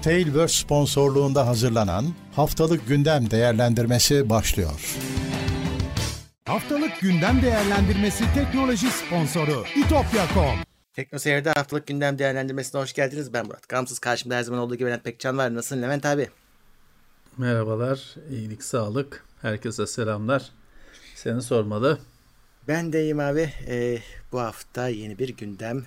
Tailverse sponsorluğunda hazırlanan Haftalık Gündem Değerlendirmesi başlıyor. Haftalık Gündem Değerlendirmesi teknoloji sponsoru itopya.com. TeknoSeyir'de Haftalık Gündem Değerlendirmesi'ne hoş geldiniz. Ben Murat Gamsız. Karşımda her zaman olduğu gibi Levent Pekcan var. Nasılsın Levent abi? Merhabalar, iyilik, sağlık. Herkese selamlar. Seni sormalı. Ben de iyiyim abi. Bu hafta yeni bir gündem.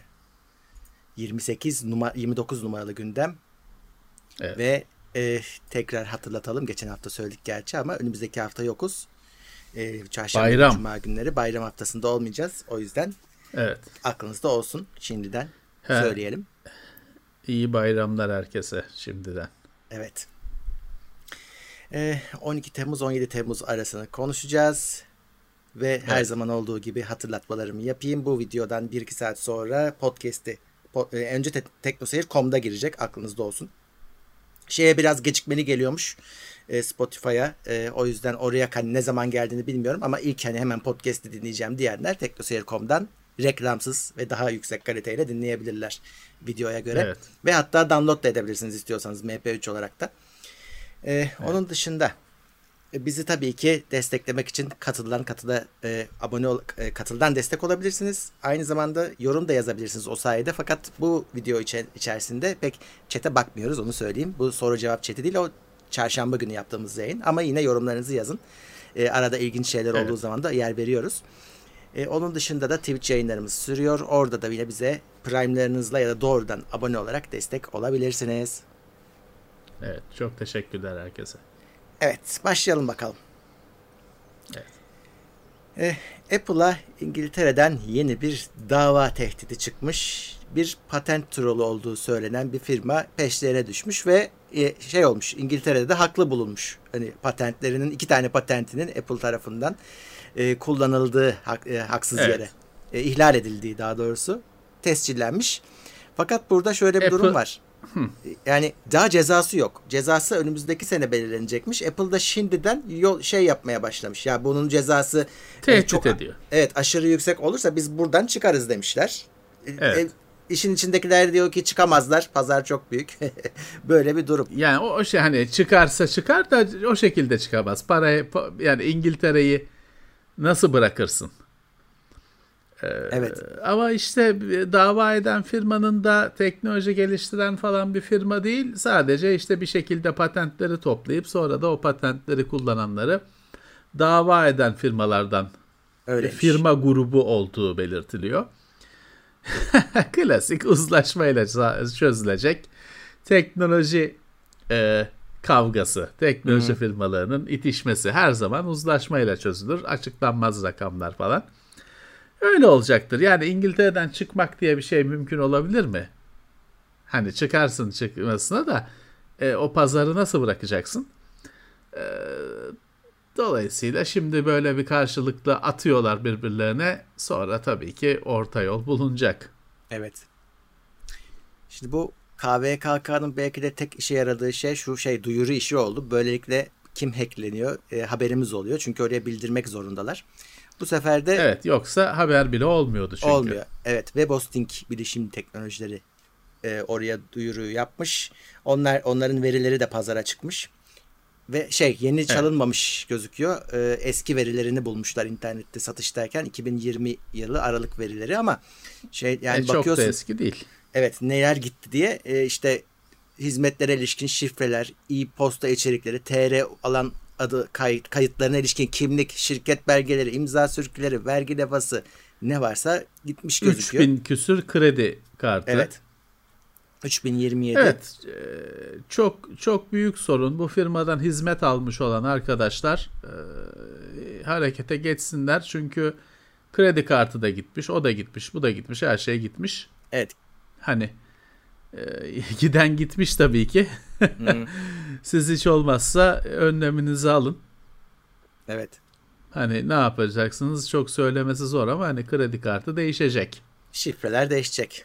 29 numaralı gündem. Evet. Ve tekrar hatırlatalım. Geçen hafta söyledik gerçi ama önümüzdeki hafta yokuz. Çarşamba, Bayram. Cuma günleri bayram haftasında olmayacağız. O yüzden Evet. aklınızda olsun. Şimdiden söyleyelim. İyi bayramlar herkese şimdiden. Evet. 12 Temmuz 17 Temmuz arasını konuşacağız. Ve her zaman olduğu gibi hatırlatmalarımı yapayım. Bu videodan 1-2 saat sonra podcast'i önce teknoseyir.com'da girecek. Aklınızda olsun. Biraz gecikmeli geliyormuş Spotify'a. O yüzden oraya ne zaman geldiğini bilmiyorum. Ama ilk hemen podcast'i dinleyeceğim diyenler teknoseyir.com'dan reklamsız ve daha yüksek kaliteyle dinleyebilirler videoya göre. Evet. Ve hatta download da edebilirsiniz istiyorsanız MP3 olarak da. Onun dışında bizi tabii ki desteklemek için katıldan destek olabilirsiniz. Aynı zamanda yorum da yazabilirsiniz o sayede. Fakat bu video içerisinde pek chat'e bakmıyoruz, onu söyleyeyim. Bu soru cevap chat'i değil, o çarşamba günü yaptığımız yayın. Ama yine yorumlarınızı yazın. Arada ilginç şeyler olduğu zaman da yer veriyoruz. Onun dışında da Twitch yayınlarımız sürüyor. Orada da yine bize Prime'larınızla ya da doğrudan abone olarak destek olabilirsiniz. Evet, çok teşekkürler herkese. Evet, başlayalım bakalım. Evet. Apple'a İngiltere'den yeni bir dava tehdidi çıkmış. Bir patent trolü olduğu söylenen bir firma peşlerine düşmüş ve olmuş. İngiltere'de de haklı bulunmuş. Hani patentlerinin 2 tane patentinin Apple tarafından kullanıldığı haksız yere ihlal edildiği daha doğrusu tescillenmiş. Fakat burada şöyle bir durum var. Yani daha cezası yok. Cezası önümüzdeki sene belirlenecekmiş. Apple da şimdiden yapmaya başlamış. Ya bunun cezası tehdit ediyor. Evet, aşırı yüksek olursa biz buradan çıkarız demişler. Evet. İşin içindekiler diyor ki çıkamazlar. Pazar çok büyük. Böyle bir durum. Yani o hani çıkarsa çıkar da o şekilde çıkamaz. Yani İngiltere'yi nasıl bırakırsın? Evet. Ama işte dava eden firmanın da teknoloji geliştiren falan bir firma değil. Sadece işte bir şekilde patentleri toplayıp sonra da o patentleri kullananları dava eden firmalardan firma grubu olduğu belirtiliyor. Klasik uzlaşmayla çözülecek teknoloji kavgası, teknoloji firmalarının itişmesi her zaman uzlaşmayla çözülür. Açıklanmaz rakamlar falan. Öyle olacaktır. Yani İngiltere'den çıkmak diye bir şey mümkün olabilir mi? Hani çıkarsın çıkmasına da o pazarı nasıl bırakacaksın? Dolayısıyla şimdi böyle bir karşılıklı atıyorlar birbirlerine. Sonra tabii ki orta yol bulunacak. Evet. Şimdi bu KVKK'nın belki de tek işe yaradığı şey duyuru işi oldu. Böylelikle kim hackleniyor haberimiz oluyor. Çünkü oraya bildirmek zorundalar. Bu sefer de evet, yoksa haber bile olmuyordu çünkü. Olmuyor. Evet, Web Hosting Bilişim Teknolojileri oraya duyuruyu yapmış. Onların verileri de pazara çıkmış. Ve yeni çalınmamış gözüküyor. Eski verilerini bulmuşlar internette satıştayken 2020 yılı Aralık verileri ama yani bakıyorsun. Çok da eski değil. Evet, neler gitti diye işte hizmetlere ilişkin şifreler, e-posta içerikleri, TR alan adı kayıtlarına ilişkin kimlik, şirket belgeleri, imza sürküleri, vergi levhası ne varsa gitmiş gözüküyor. 3000 küsür kredi kartı. Evet. 3027. Evet. Çok büyük sorun. Bu firmadan hizmet almış olan arkadaşlar harekete geçsinler. Çünkü kredi kartı da gitmiş, o da gitmiş, bu da gitmiş, her şey gitmiş. Evet. Hani giden gitmiş tabii ki. Siz hiç olmazsa önleminizi alın. Evet. Hani ne yapacaksınız? Çok söylemesi zor ama hani kredi kartı değişecek. Şifreler değişecek.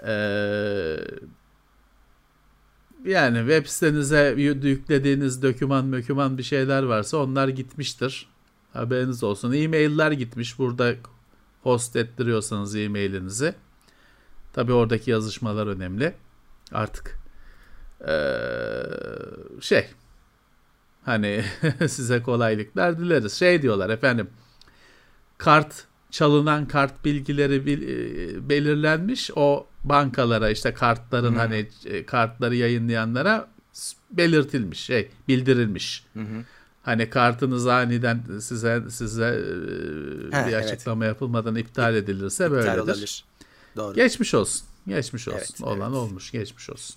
Yani web sitenize yüklediğiniz doküman bir şeyler varsa onlar gitmiştir. Haberiniz olsun. E-mailler gitmiş. Burada host ettiriyorsanız e-mailinizi. Tabii oradaki yazışmalar önemli. Artık Hani size kolaylıklar dileriz. Diyorlar efendim, çalınan kart bilgileri belirlenmiş. O bankalara, işte kartların hani kartları yayınlayanlara belirtilmiş, bildirilmiş. Hani kartınız aniden size bir açıklama yapılmadan iptal edilirse böyledir. Olabilir. Doğru. Geçmiş olsun. Geçmiş olsun. Evet, Olan olmuş. Geçmiş olsun.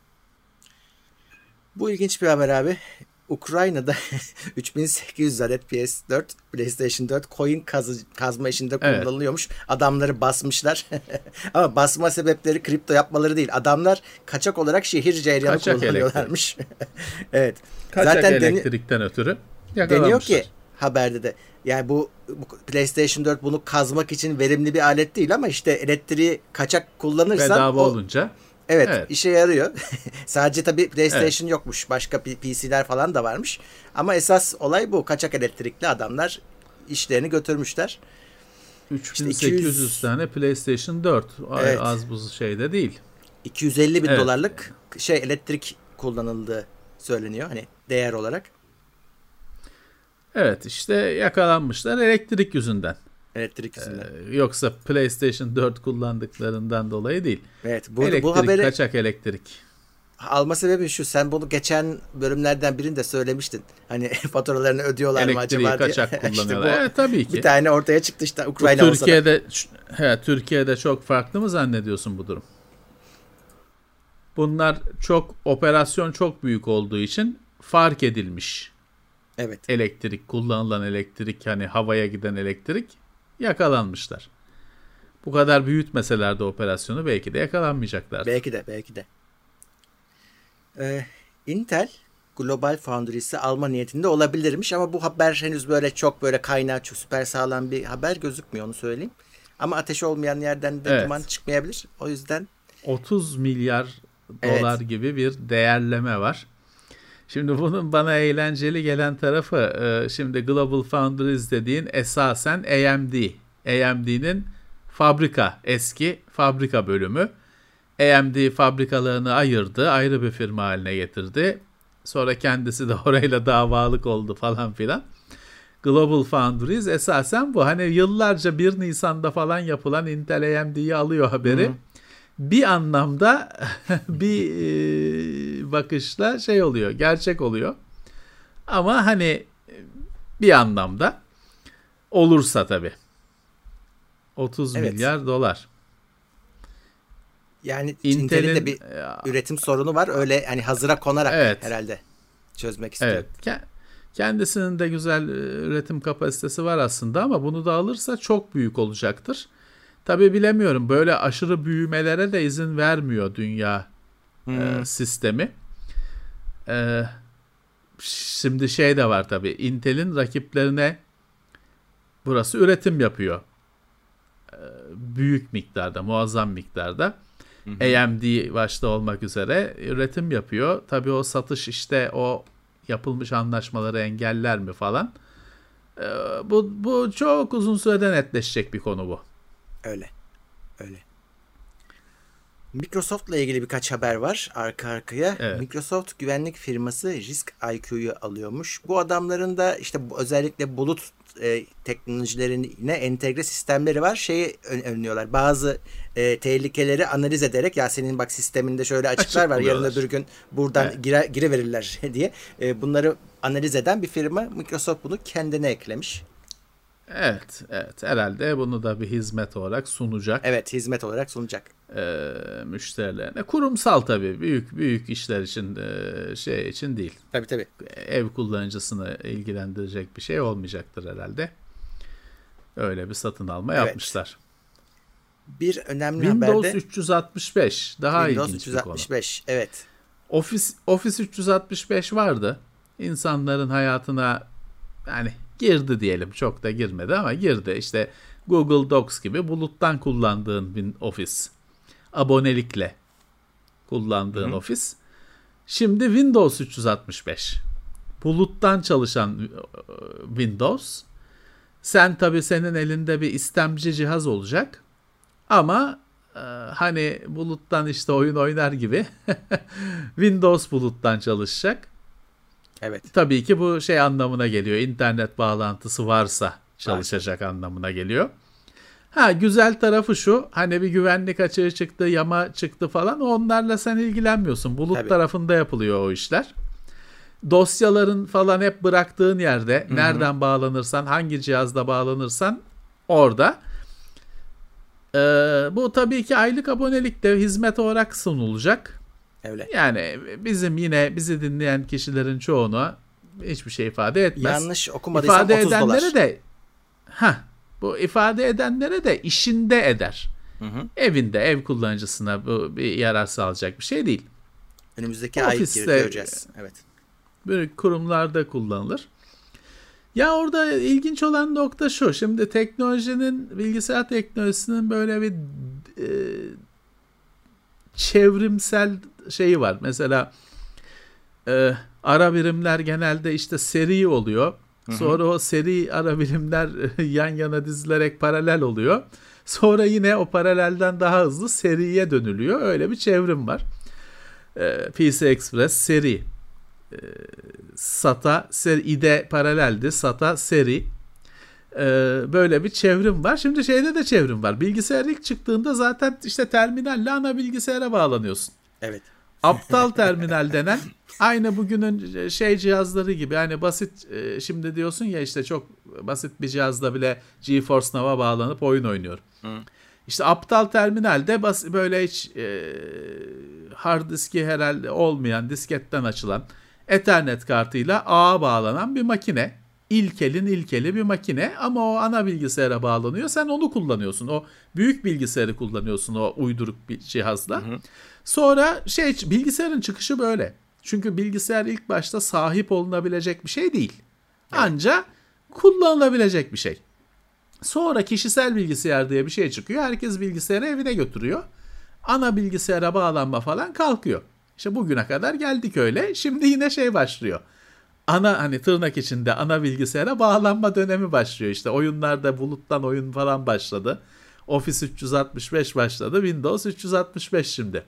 Bu ilginç bir haber abi. Ukrayna'da 3800 adet PS4, PlayStation 4 coin kazma işinde kullanılıyormuş. Adamları basmışlar. Ama basma sebepleri kripto yapmaları değil. Adamlar kaçak olarak şehir ceyranı kullanıyorlarmış. Evet. Kaçak zaten elektrikten ötürü yakalanmışlar. Deniyor ki haberde de, yani bu PlayStation 4 bunu kazmak için verimli bir alet değil ama işte elektriği kaçak kullanırsan bedava olunca evet, işe yarıyor. Sadece tabii PlayStation yokmuş. Başka PC'ler falan da varmış. Ama esas olay bu. Kaçak elektrikli adamlar işlerini götürmüşler. 3800 tane PlayStation 4. Az bu şeyde değil. 250 bin dolarlık elektrik kullanıldığı söyleniyor. Hani değer olarak. Evet, işte yakalanmışlar elektrik yüzünden. Elektrik yüzünden. Yoksa PlayStation 4 kullandıklarından dolayı değil. Evet, bu haberi, kaçak elektrik. Alma sebebi şu. Sen bunu geçen bölümlerden birinde söylemiştin. Hani faturalarını ödüyorlar mı acaba diye. Elektriği kaçak kullanıyorlar. Evet, tabii ki. Bir tane ortaya çıktı işte Ukrayna olsa da. Türkiye'de çok farklı mı zannediyorsun bu durum? Bunlar operasyon çok büyük olduğu için fark edilmiş. Evet. Kullanılan elektrik, hani havaya giden elektrik, yakalanmışlar. Bu kadar büyütmeseler operasyonu belki de yakalanmayacaklar. Belki de. Intel Global Foundries'i alma niyetinde olabilirmiş ama bu haber henüz çok kaynağı süper sağlam bir haber gözükmüyor, onu söyleyeyim. Ama ateş olmayan yerden de duman çıkmayabilir. O yüzden 30 milyar dolar gibi bir değerleme var. Şimdi bunun bana eğlenceli gelen tarafı, şimdi Global Foundries dediğin esasen AMD. AMD'nin eski fabrika bölümü. AMD fabrikalarını ayırdı, ayrı bir firma haline getirdi. Sonra kendisi de orayla davalık oldu falan filan. Global Foundries esasen bu. Hani yıllarca 1 Nisan'da falan yapılan Intel AMD'yi alıyor haberi. Bir anlamda bir bakışla oluyor, gerçek oluyor. Ama hani bir anlamda olursa tabii 30 milyar dolar. Yani Intel'in de bir üretim sorunu var. Öyle hani hazıra konarak herhalde çözmek istiyor. Evet. Kendisinin de güzel üretim kapasitesi var aslında ama bunu da alırsa çok büyük olacaktır. Tabii bilemiyorum. Böyle aşırı büyümelere de izin vermiyor dünya sistemi. Şimdi de var tabii. Intel'in rakiplerine burası üretim yapıyor. Büyük miktarda, muazzam miktarda. AMD başta olmak üzere üretim yapıyor. Tabii o satış o yapılmış anlaşmaları engeller mi falan. Bu çok uzun sürede netleşecek bir konu bu. Öyle. Microsoft'la ilgili birkaç haber var arka arkaya. Evet. Microsoft güvenlik firması Risk IQ'yu alıyormuş. Bu adamların da özellikle bulut teknolojilerine entegre sistemleri var. Önlüyorlar. Bazı tehlikeleri analiz ederek, ya senin bak sisteminde şöyle açıklar var, yarın öbür gün buradan gireverirler diye. Bunları analiz eden bir firma. Microsoft bunu kendine eklemiş. Evet. Herhalde bunu da bir hizmet olarak sunacak. Evet, hizmet olarak sunacak. Müşterilerine. Kurumsal tabii. Büyük işler için için değil. Tabii. Ev kullanıcısını ilgilendirecek bir şey olmayacaktır herhalde. Öyle bir satın alma yapmışlar. Bir önemli Windows haberde 365 daha ilginç bir konu. 365, evet. Office 365 vardı. İnsanların hayatına girdi diyelim. Çok da girmedi ama girdi. İşte Google Docs gibi buluttan kullandığın bir Office. Abonelikle kullandığın Office. Şimdi Windows 365. Buluttan çalışan Windows. Senin elinde bir istemci cihaz olacak. Ama hani buluttan işte oyun oynar gibi Windows buluttan çalışacak. Evet. Tabii ki bu şey anlamına geliyor. İnternet bağlantısı varsa çalışacak anlamına geliyor. Güzel tarafı şu, hani bir güvenlik açığı çıktı, yama çıktı falan, onlarla sen ilgilenmiyorsun. Bulut tarafında yapılıyor o işler. Dosyaların falan hep bıraktığın yerde, nereden bağlanırsan, hangi cihazda bağlanırsan orada. Bu tabii ki aylık abonelikte hizmet olarak sunulacak. Öyle. Yani bizi dinleyen kişilerin çoğuna hiçbir şey ifade etmez. Yanlış okumadıysam $30. Bu ifade edenlere de işinde eder. Evinde, ev kullanıcısına bu bir yarar sağlayacak bir şey değil. Önümüzdeki ay göreceğiz. Evet. Böyle kurumlarda kullanılır. Ya orada ilginç olan nokta şu. Şimdi bilgisayar teknolojisinin böyle bir çevrimsel şeyi var. Mesela ara birimler genelde işte seri oluyor. Sonra o seri ara birimler yan yana dizilerek paralel oluyor. Sonra yine o paralelden daha hızlı seriye dönülüyor. Öyle bir çevrim var. PC Express seri. SATA seri, IDE paraleldi. SATA seri. Böyle bir çevrim var. Şimdi şeyde de çevrim var. Bilgisayar ilk çıktığında zaten işte terminalle ana bilgisayara bağlanıyorsun. Evet. Aptal terminal denen, aynı bugünün cihazları gibi, hani basit, şimdi diyorsun ya işte çok basit bir cihazda bile GeForce Now'a bağlanıp oyun oynuyorum. İşte aptal terminalde böyle hiç hard diski herhalde olmayan, disketten açılan Ethernet kartıyla ağa bağlanan bir makine. İlkeli bir makine, ama o ana bilgisayara bağlanıyor. Sen onu kullanıyorsun. O büyük bilgisayarı kullanıyorsun o uyduruk bir cihazla. Sonra bilgisayarın çıkışı böyle. Çünkü bilgisayar ilk başta sahip olunabilecek bir şey değil. Ancak kullanılabilecek bir şey. Sonra kişisel bilgisayar diye bir şey çıkıyor. Herkes bilgisayarı evine götürüyor. Ana bilgisayara bağlanma falan kalkıyor. İşte bugüne kadar geldik öyle. Şimdi yine başlıyor. Hani tırnak içinde ana bilgisayara bağlanma dönemi başlıyor. İşte oyunlarda buluttan oyun falan başladı. Office 365 başladı. Windows 365 şimdi.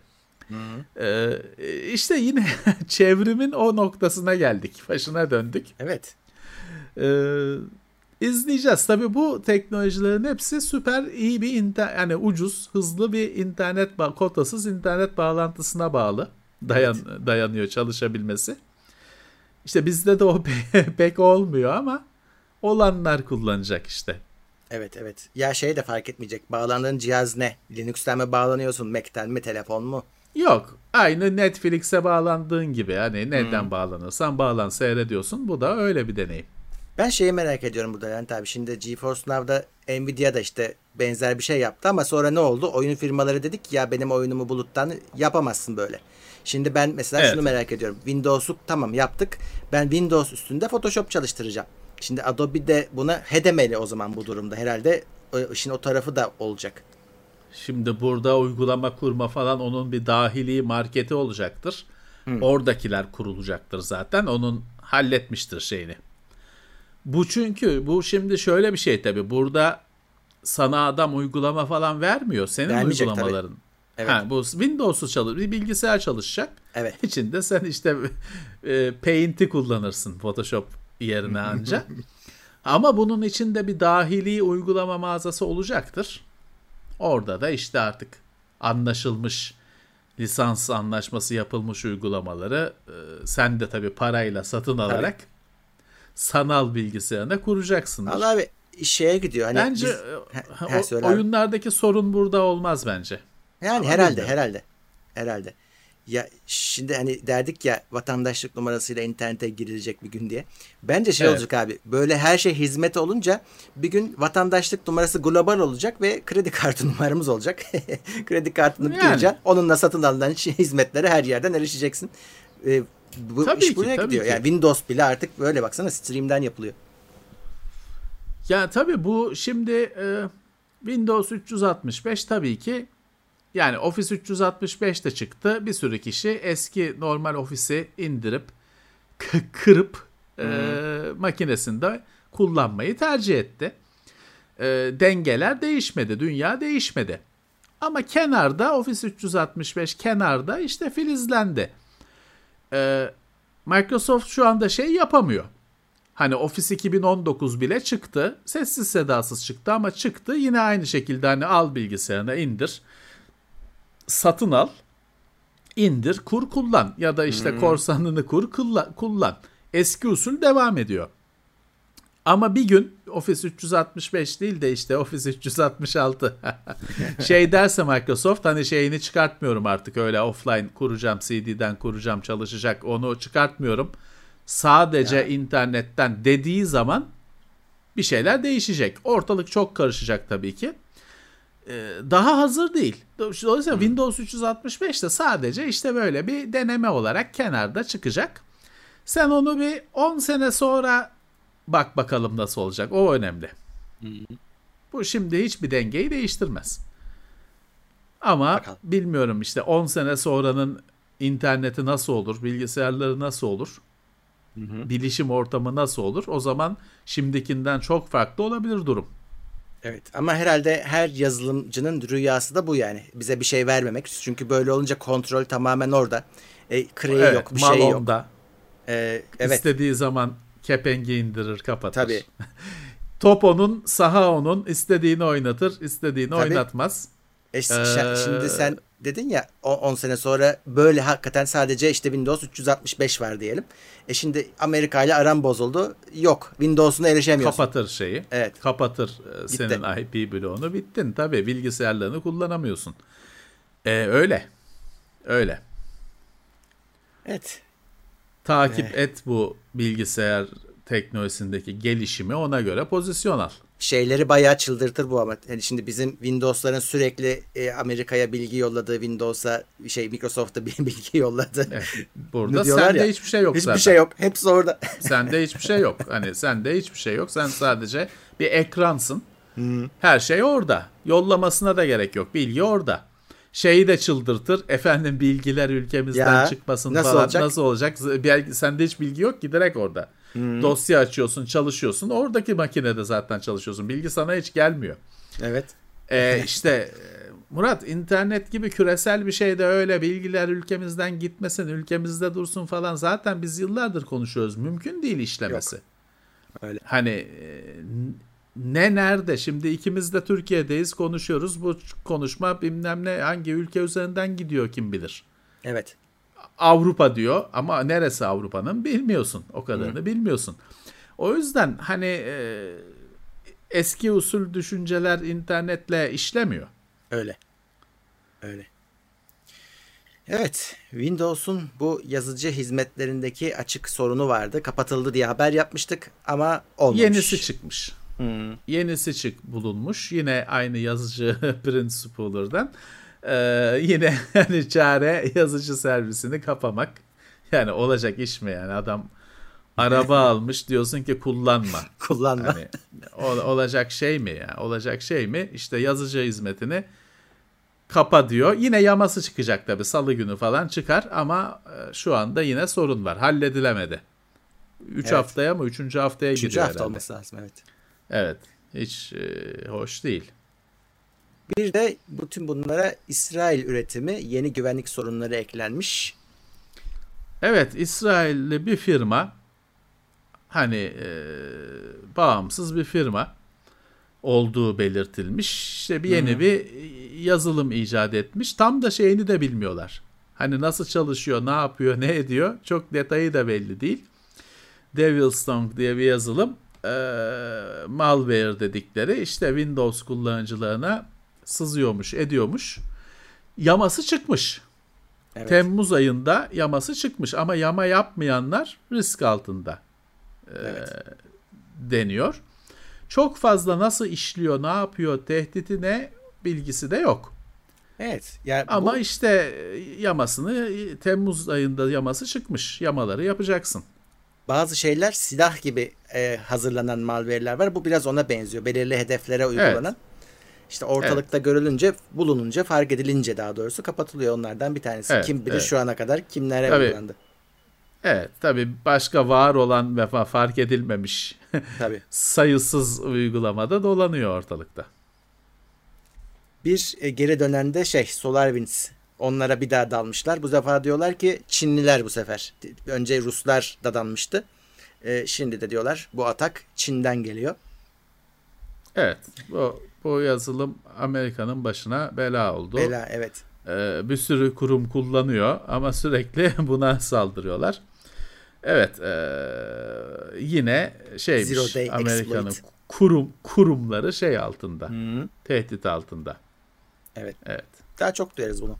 İşte yine çevrimin o noktasına geldik. Başına döndük. Evet. İzleyeceğiz. Tabii bu teknolojilerin hepsi süper iyi bir yani ucuz, hızlı bir kotasız internet bağlantısına bağlı. Dayanıyor çalışabilmesi. İşte bizde de o pek olmuyor ama olanlar kullanacak işte. Evet. Ya de fark etmeyecek. Bağlandığın cihaz ne? Linux'ten mi bağlanıyorsun? Mac'ten mi? Telefon mu? Yok. Aynı Netflix'e bağlandığın gibi. Hani neden bağlanırsan bağlan, seyrediyorsun. Bu da öyle bir deneyim. Ben merak ediyorum burada. Yani tabii şimdi GeForce Now'da Nvidia da işte benzer bir şey yaptı ama sonra ne oldu? Oyun firmaları dedik ya benim oyunumu buluttan yapamazsın böyle. Şimdi ben mesela şunu merak ediyorum. Windows'u tamam yaptık. Ben Windows üstünde Photoshop çalıştıracağım. Şimdi Adobe de buna demeli o zaman bu durumda. Herhalde işin o tarafı da olacak. Şimdi burada uygulama kurma falan onun bir dahili marketi olacaktır. Oradakiler kurulacaktır zaten. Onun halletmiştir şeyini. Bu şimdi şöyle bir şey tabii. Burada sana adam uygulama falan vermiyor. Senin vermeyecek, uygulamaların. Tabii. Evet. Bu Windows'u bir bilgisayar çalışacak. Evet. İçinde sen işte Paint'i kullanırsın Photoshop yerine anca. Ama bunun içinde bir dahili uygulama mağazası olacaktır. Orada da işte artık anlaşılmış lisans anlaşması yapılmış uygulamaları sen de tabii parayla satın alarak sanal bilgisayarına kuracaksındır. Allah abi gidiyor. Hani bence oyunlardaki sorun burada olmaz bence. Yani herhalde. Ya şimdi hani derdik ya vatandaşlık numarasıyla internete girilecek bir gün diye. Bence olacak abi. Böyle her şey hizmet olunca bir gün vatandaşlık numarası global olacak ve kredi kartı numaramız olacak. Kredi kartını gireceksin. Onunla satın alınan hizmetlere her yerden erişeceksin. Bu iş buraya gidiyor. Yani Windows bile artık böyle baksana stream'den yapılıyor. Ya tabii bu şimdi Windows 365 tabii ki yani Office 365 de çıktı. Bir sürü kişi eski normal Office'i indirip kırıp makinesinde kullanmayı tercih etti. Dengeler değişmedi. Dünya değişmedi. Ama kenarda Office 365 kenarda işte filizlendi. Microsoft şu anda şey yapamıyor. Hani Office 2019 bile çıktı. Sessiz sedasız çıktı ama çıktı. Yine aynı şekilde hani al bilgisayarına indir. Satın al. İndir, kur, kullan. Ya da işte korsanını kur, kullan. Eski usul devam ediyor. Ama bir gün Office 365 değil de işte Office 366 şey derse Microsoft, hani şeyini çıkartmıyorum artık, öyle offline kuracağım, CD'den kuracağım, çalışacak, onu çıkartmıyorum. Sadece internetten dediği zaman bir şeyler değişecek. Ortalık çok karışacak tabii ki. Daha hazır değil. Dolayısıyla Windows 365 de sadece işte böyle bir deneme olarak kenarda çıkacak. Sen onu bir 10 sene sonra bak bakalım nasıl olacak. O önemli. Bu şimdi hiçbir dengeyi değiştirmez. Ama bakalım. Bilmiyorum işte 10 sene sonranın interneti nasıl olur, bilgisayarları nasıl olur, bilişim ortamı nasıl olur? O zaman şimdikinden çok farklı olabilir durum. Evet, ama herhalde her yazılımcının rüyası da bu yani. Bize bir şey vermemek. Çünkü böyle olunca kontrol tamamen orada. Kreye yok, bir şey yok. Onda. Evet. İstediği zaman kepengi indirir, kapatır. Tabii. Top onun, saha onun, istediğini oynatır, istediğini oynatmaz. Şimdi sen dedin ya 10 sene sonra böyle hakikaten sadece işte Windows 365 var diyelim. Şimdi Amerika ile aran bozuldu. Yok. Windows'una erişemiyorsun. Kapatır şeyi. Evet. Kapatır senin IP bloğunu, bittin. Tabii bilgisayarlarını kullanamıyorsun. Öyle. Evet. Takip et bu bilgisayar teknolojisindeki gelişimi, ona göre pozisyon al. Şeyleri bayağı çıldırtır bu ama. Yani şimdi bizim Windows'ların sürekli Amerika'ya bilgi yolladığı, Windows'a Microsoft'a bilgi yolladı. Evet, burada sende hiçbir şey yok zaten. Hiçbir şey yok. Hepsi orada. Sende hiçbir şey yok. Hani sende hiçbir şey yok. Sen sadece bir ekransın. Her şey orada. Yollamasına da gerek yok. Bilgi orada. Şeyi de çıldırtır. Efendim bilgiler ülkemizden çıkmasın nasıl falan. Olacak? Nasıl olacak? Sende hiç bilgi yok ki, direkt orada. Dosya açıyorsun, çalışıyorsun. Oradaki makinede zaten çalışıyorsun. Bilgi sana hiç gelmiyor. Evet. İşte Murat, internet gibi küresel bir şey de öyle. Bilgiler ülkemizden gitmesin, ülkemizde dursun falan. Zaten biz yıllardır konuşuyoruz. Mümkün değil işlemesi. Yok. Öyle. Hani nerede? Şimdi ikimiz de Türkiye'deyiz, konuşuyoruz. Bu konuşma bilmem ne hangi ülke üzerinden gidiyor kim bilir. Evet. Avrupa diyor ama neresi Avrupa'nın bilmiyorsun. O kadarını bilmiyorsun. O yüzden hani eski usul düşünceler internetle işlemiyor. Öyle. Evet, Windows'un bu yazıcı hizmetlerindeki açık sorunu vardı. Kapatıldı diye haber yapmıştık ama olmamış. Yenisi çıkmış. Yenisi bulunmuş. Yine aynı yazıcı Principal'dan. Yine hani çare yazıcı servisini kapamak. Yani olacak iş mi yani? Adam araba almış, diyorsun ki kullanma. Hani, olacak şey mi ya? Olacak şey mi? İşte yazıcı hizmetini kapa diyor. Yine yaması çıkacak tabii. Salı günü falan çıkar ama şu anda yine sorun var. Halledilemedi. 3 haftaya mı? 3. haftaya gidiyor herhalde. 3. hafta olması lazım, evet. Evet. Hiç hoş değil. Bir de bütün bunlara İsrail üretimi yeni güvenlik sorunları eklenmiş. Evet, İsrailli bir firma, hani bağımsız bir firma olduğu belirtilmiş. İşte yeni bir yazılım icat etmiş. Tam da şeyini de bilmiyorlar. Hani nasıl çalışıyor, ne yapıyor, ne ediyor, çok detayı da belli değil. Devilstongue diye bir yazılım, malware dedikleri, işte Windows kullanıcılarına sızıyormuş, ediyormuş. Yaması çıkmış. Evet. Temmuz ayında yaması çıkmış ama yama yapmayanlar risk altında deniyor. Çok fazla nasıl işliyor, ne yapıyor, tehditi ne, bilgisi de yok. Evet. Yani ama işte yamasını, Temmuz ayında yaması çıkmış. Yamaları yapacaksın. Bazı şeyler silah gibi hazırlanan malware'ler var. Bu biraz ona benziyor. Belirli hedeflere uygulanan. Evet. İşte ortalıkta görülünce, bulununca, fark edilince daha doğrusu kapatılıyor, onlardan bir tanesi. Evet, kim bilir şu ana kadar kimlere uygulandı. Evet, tabii başka var olan ve fark edilmemiş sayısız uygulamada dolanıyor ortalıkta. Bir geri dönen de SolarWinds. Onlara bir daha dalmışlar. Bu sefer diyorlar ki Çinliler bu sefer. Önce Ruslar dadanmıştı. Şimdi de diyorlar bu atak Çin'den geliyor. Evet. Bu yazılım Amerika'nın başına bela oldu. Bela, evet. Bir sürü kurum kullanıyor ama sürekli buna saldırıyorlar. Evet. Yine Amerika'nın kurumları altında. Hı-hı. Tehdit altında. Evet. Daha çok duyarız bunu.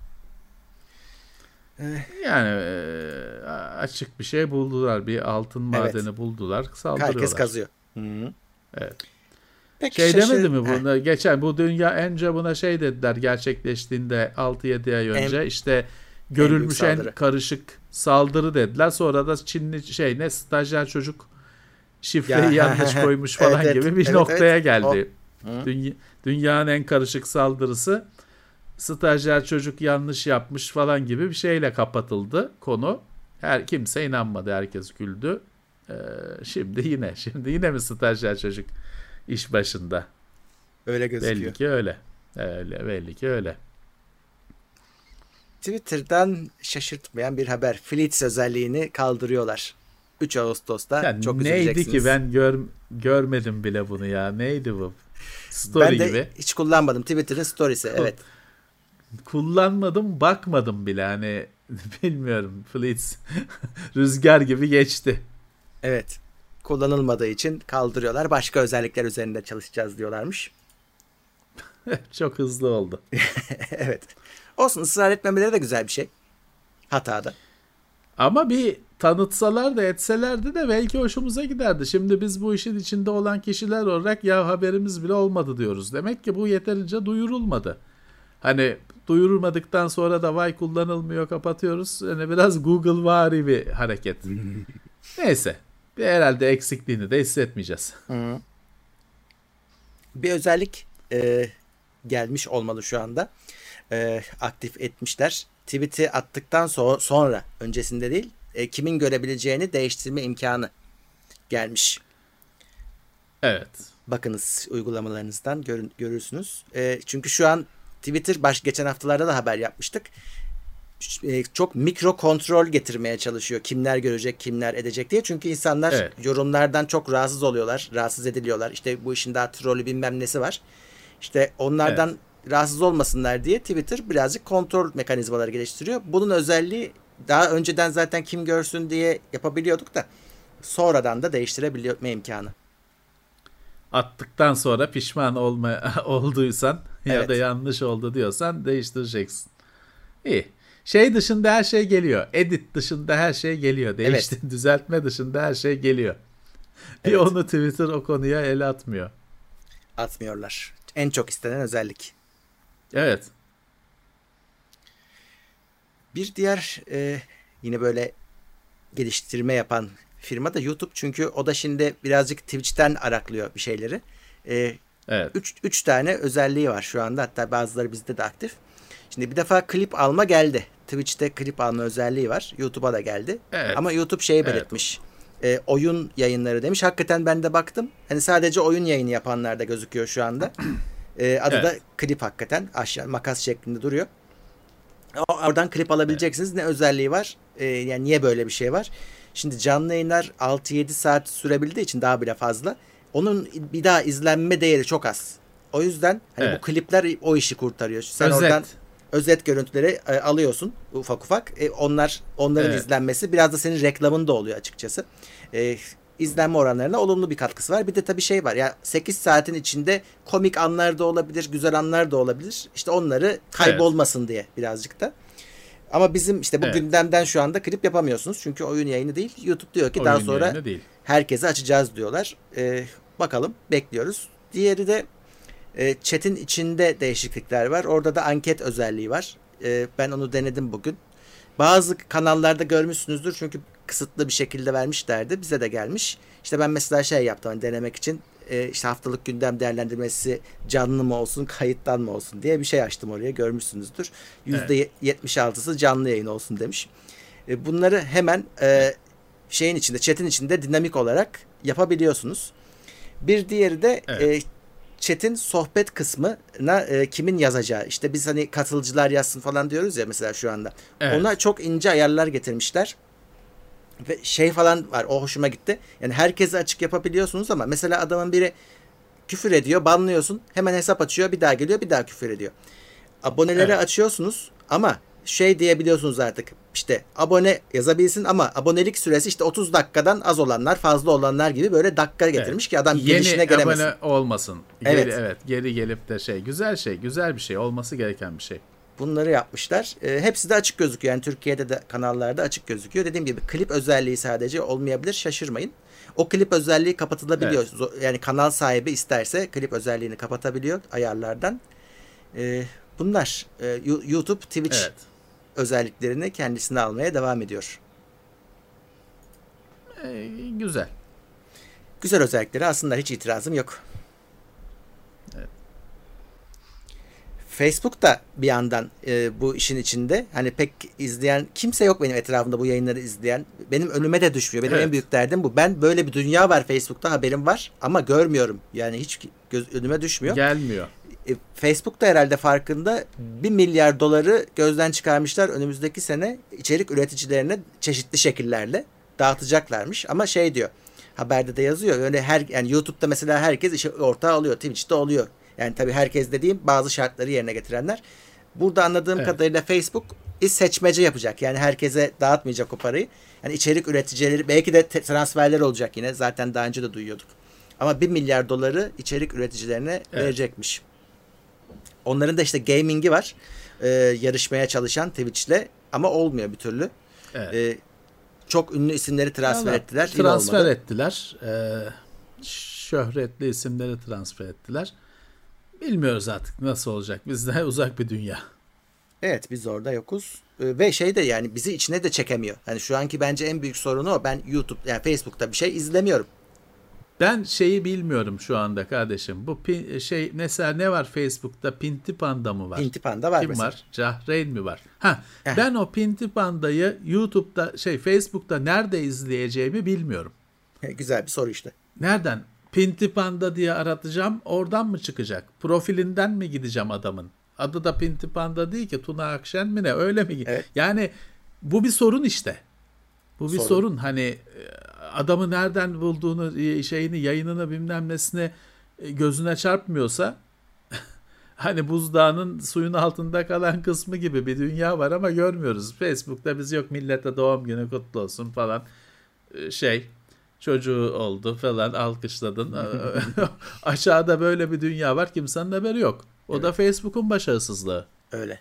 Yani açık bir şey buldular. Bir altın madeni buldular. Saldırıyorlar. Herkes kazıyor. Hı-hı. Evet. Peki, demedi mi buna? Geçen bu dünya önce buna dediler gerçekleştiğinde 6-7 ay önce işte görülmüş en karışık saldırı dediler. Sonra da Çinli stajyer çocuk şifreyi yanlış koymuş falan gibi bir noktaya geldi. Dünyanın en karışık saldırısı stajyer çocuk yanlış yapmış falan gibi bir şeyle kapatıldı konu. Kimse inanmadı. Herkes güldü. Şimdi yine mi stajyer çocuk iş başında? Öyle gözüküyor. Belli ki öyle. Belli ki öyle. Twitter'dan şaşırtmayan bir haber. Fleets özelliğini kaldırıyorlar. 3 Ağustos'ta çok üzüleceksiniz. Neydi ki ben görmedim bile bunu ya. Neydi bu? Story ben de gibi. Hiç kullanmadım. Twitter'ın storiesi. Evet. Kullanmadım, bakmadım bile. Hani bilmiyorum. Fleets rüzgar gibi geçti. Evet. Kullanılmadığı için kaldırıyorlar. Başka özellikler üzerinde çalışacağız diyorlarmış. Çok hızlı oldu. Evet. Olsun, ısrar etmemeleri de güzel bir şey. Hatada. Ama bir tanıtsalar da etselerdi de belki hoşumuza giderdi. Şimdi biz bu işin içinde olan kişiler olarak ya haberimiz bile olmadı diyoruz. Demek ki bu yeterince duyurulmadı. Hani duyurulmadıktan sonra da vay kullanılmıyor kapatıyoruz. Yani biraz Google-vari bir hareket. Neyse. Herhalde eksikliğini de hissetmeyeceğiz. Hı. Bir özellik gelmiş olmalı şu anda. Aktif etmişler. Tweet'i attıktan sonra öncesinde değil, kimin görebileceğini değiştirme imkanı gelmiş. Evet. Bakınız uygulamalarınızdan görürsünüz. Çünkü şu an Twitter geçen haftalarda da haber yapmıştık. Çok mikro kontrol getirmeye çalışıyor. Kimler görecek, kimler edecek diye. Çünkü insanlar yorumlardan çok rahatsız oluyorlar. Rahatsız ediliyorlar. İşte bu işin daha trollü bilmem nesi var. İşte onlardan rahatsız olmasınlar diye Twitter birazcık kontrol mekanizmaları geliştiriyor. Bunun özelliği daha önceden zaten kim görsün diye yapabiliyorduk da sonradan da değiştirebilme imkanı. Attıktan sonra pişman olduysan ya da yanlış oldu diyorsan değiştireceksin. İyi. Dışında her şey geliyor. Edit dışında her şey geliyor. Düzeltme dışında her şey geliyor. Bir onu Twitter o konuya el atmıyor. Atmıyorlar. En çok istenen özellik. Evet. Bir diğer yine böyle geliştirme yapan firma da YouTube. Çünkü o da şimdi birazcık Twitch'ten araklıyor bir şeyleri. Evet. 3 tane özelliği var şu anda. Hatta bazıları bizde de aktif. Şimdi bir defa klip alma geldi. Twitch'te klip alma özelliği var. YouTube'a da geldi. Evet. Ama YouTube belirtmiş. Oyun yayınları demiş. Hakikaten ben de baktım. Hani sadece oyun yayını yapanlar da gözüküyor şu anda. Adı da klip hakikaten. Aşağı makas şeklinde duruyor. Oradan klip alabileceksiniz. Ne özelliği var? Yani niye böyle bir şey var? Şimdi canlı yayınlar 6-7 saat sürebildiği için daha bile fazla. Onun bir daha izlenme değeri çok az. O yüzden bu klipler o işi kurtarıyor. Sen oradan özet görüntüleri alıyorsun ufak ufak. Onların izlenmesi biraz da senin reklamın da oluyor açıkçası. İzlenme oranlarına olumlu bir katkısı var. Bir de tabii var. Ya 8 saatin içinde komik anlar da olabilir, güzel anlar da olabilir. İşte onları kaybolmasın diye birazcık da. Ama bizim bu gündemden şu anda klip yapamıyorsunuz. Çünkü oyun yayını değil. YouTube diyor ki daha sonra herkese açacağız diyorlar. Bakalım, bekliyoruz. Diğeri de chat'in içinde değişiklikler var. Orada da anket özelliği var. Ben onu denedim bugün. Bazı kanallarda görmüşsünüzdür çünkü kısıtlı bir şekilde vermişlerdi. Bize de gelmiş. İşte ben mesela yaptım denemek için. İşte haftalık gündem değerlendirmesi canlı mı olsun, kayıttan mı olsun diye bir şey açtım oraya. Görmüşsünüzdür. %76'sı canlı yayın olsun demiş. Bunları hemen chat'in içinde dinamik olarak yapabiliyorsunuz. Bir diğeri de chat'in sohbet kısmına kimin yazacağı. İşte biz hani katılımcılar yazsın falan diyoruz ya mesela şu anda. Evet. Ona çok ince ayarlar getirmişler. Ve şey falan var, o hoşuma gitti. Yani herkese açık yapabiliyorsunuz ama mesela adamın biri küfür ediyor, banlıyorsun. Hemen hesap açıyor, bir daha geliyor, bir daha küfür ediyor. Aboneleri Evet. açıyorsunuz ama şey diyebiliyorsunuz artık. İşte abone yazabilsin ama abonelik süresi işte 30 dakikadan az olanlar, fazla olanlar gibi böyle dakika getirmiş ki adam gelişine Yeni gelemesin. abone olmasın. Evet. Geri gelip de güzel bir şey, olması gereken bir şey. Bunları yapmışlar. Hepsi de açık gözüküyor. Yani Türkiye'de de kanallarda açık gözüküyor. Dediğim gibi klip özelliği sadece olmayabilir. Şaşırmayın. O klip özelliği kapatılabiliyor. Evet. Yani kanal sahibi isterse klip özelliğini kapatabiliyor ayarlardan. Bunlar YouTube, Twitch Evet. özelliklerini kendisine almaya devam ediyor. Güzel. Güzel özellikleri, aslında hiç itirazım yok. Evet. Facebook da bir yandan bu işin içinde. Hani pek izleyen kimse yok benim etrafımda bu yayınları izleyen. Benim önüme de düşmüyor. Benim en büyük derdim bu. Ben böyle bir dünya var Facebook'ta, haberim var ama görmüyorum. Yani hiç önüme düşmüyor. Gelmiyor. Facebook da herhalde farkında. 1 milyar doları gözden çıkarmışlar. Önümüzdeki sene içerik üreticilerine çeşitli şekillerle dağıtacaklarmış. Ama şey diyor, haberde de yazıyor. Öyle yani YouTube'da mesela herkes işi ortağı alıyor. Twitch'te oluyor. Yani tabii herkes dediğim bazı şartları yerine getirenler. Burada anladığım kadarıyla Facebook seçmece yapacak. Yani herkese dağıtmayacak o parayı. Yani içerik üreticileri belki de transferler olacak yine. Zaten daha önce de duyuyorduk. Ama 1 milyar doları içerik üreticilerine verecekmiş. Onların da işte gaming'i var. Yarışmaya çalışan Twitch'le ama olmuyor bir türlü. Evet. Çok ünlü isimleri transfer ettiler. Transfer ettiler. Şöhretli isimleri transfer ettiler. Bilmiyoruz artık nasıl olacak. Bizde uzak bir dünya. Evet, biz orada yokuz. Ve şey de yani bizi içine de çekemiyor. Yani şu anki bence en büyük sorunu o. Ben YouTube yani Facebook'ta bir şey izlemiyorum. Ben şeyi bilmiyorum şu anda kardeşim. Bu mesela ne var Facebook'ta? Pinti Panda mı var? Pinti Panda var Kim mesela. var? Cahreyn mi var? Ben o Pinti Panda'yı YouTube'da Facebook'ta nerede izleyeceğimi bilmiyorum. Güzel bir soru işte. Nereden? Pinti Panda diye aratacağım. Oradan mı çıkacak? Profilinden mi gideceğim adamın? Adı da Pinti Panda değil ki. Tuna Akşen mi ne? Öyle mi? Evet. Yani bu bir sorun işte. Bu bir sorun. Hani adamı nereden bulduğunu, yayınını bilmem nesine gözüne çarpmıyorsa hani buzdağının suyun altında kalan kısmı gibi bir dünya var ama görmüyoruz. Facebook'ta biz yok millete doğum günü kutlu olsun falan çocuğu oldu falan alkışladın. Aşağıda böyle bir dünya var, kimsenin haberi yok. O da Facebook'un başarısızlığı. Öyle.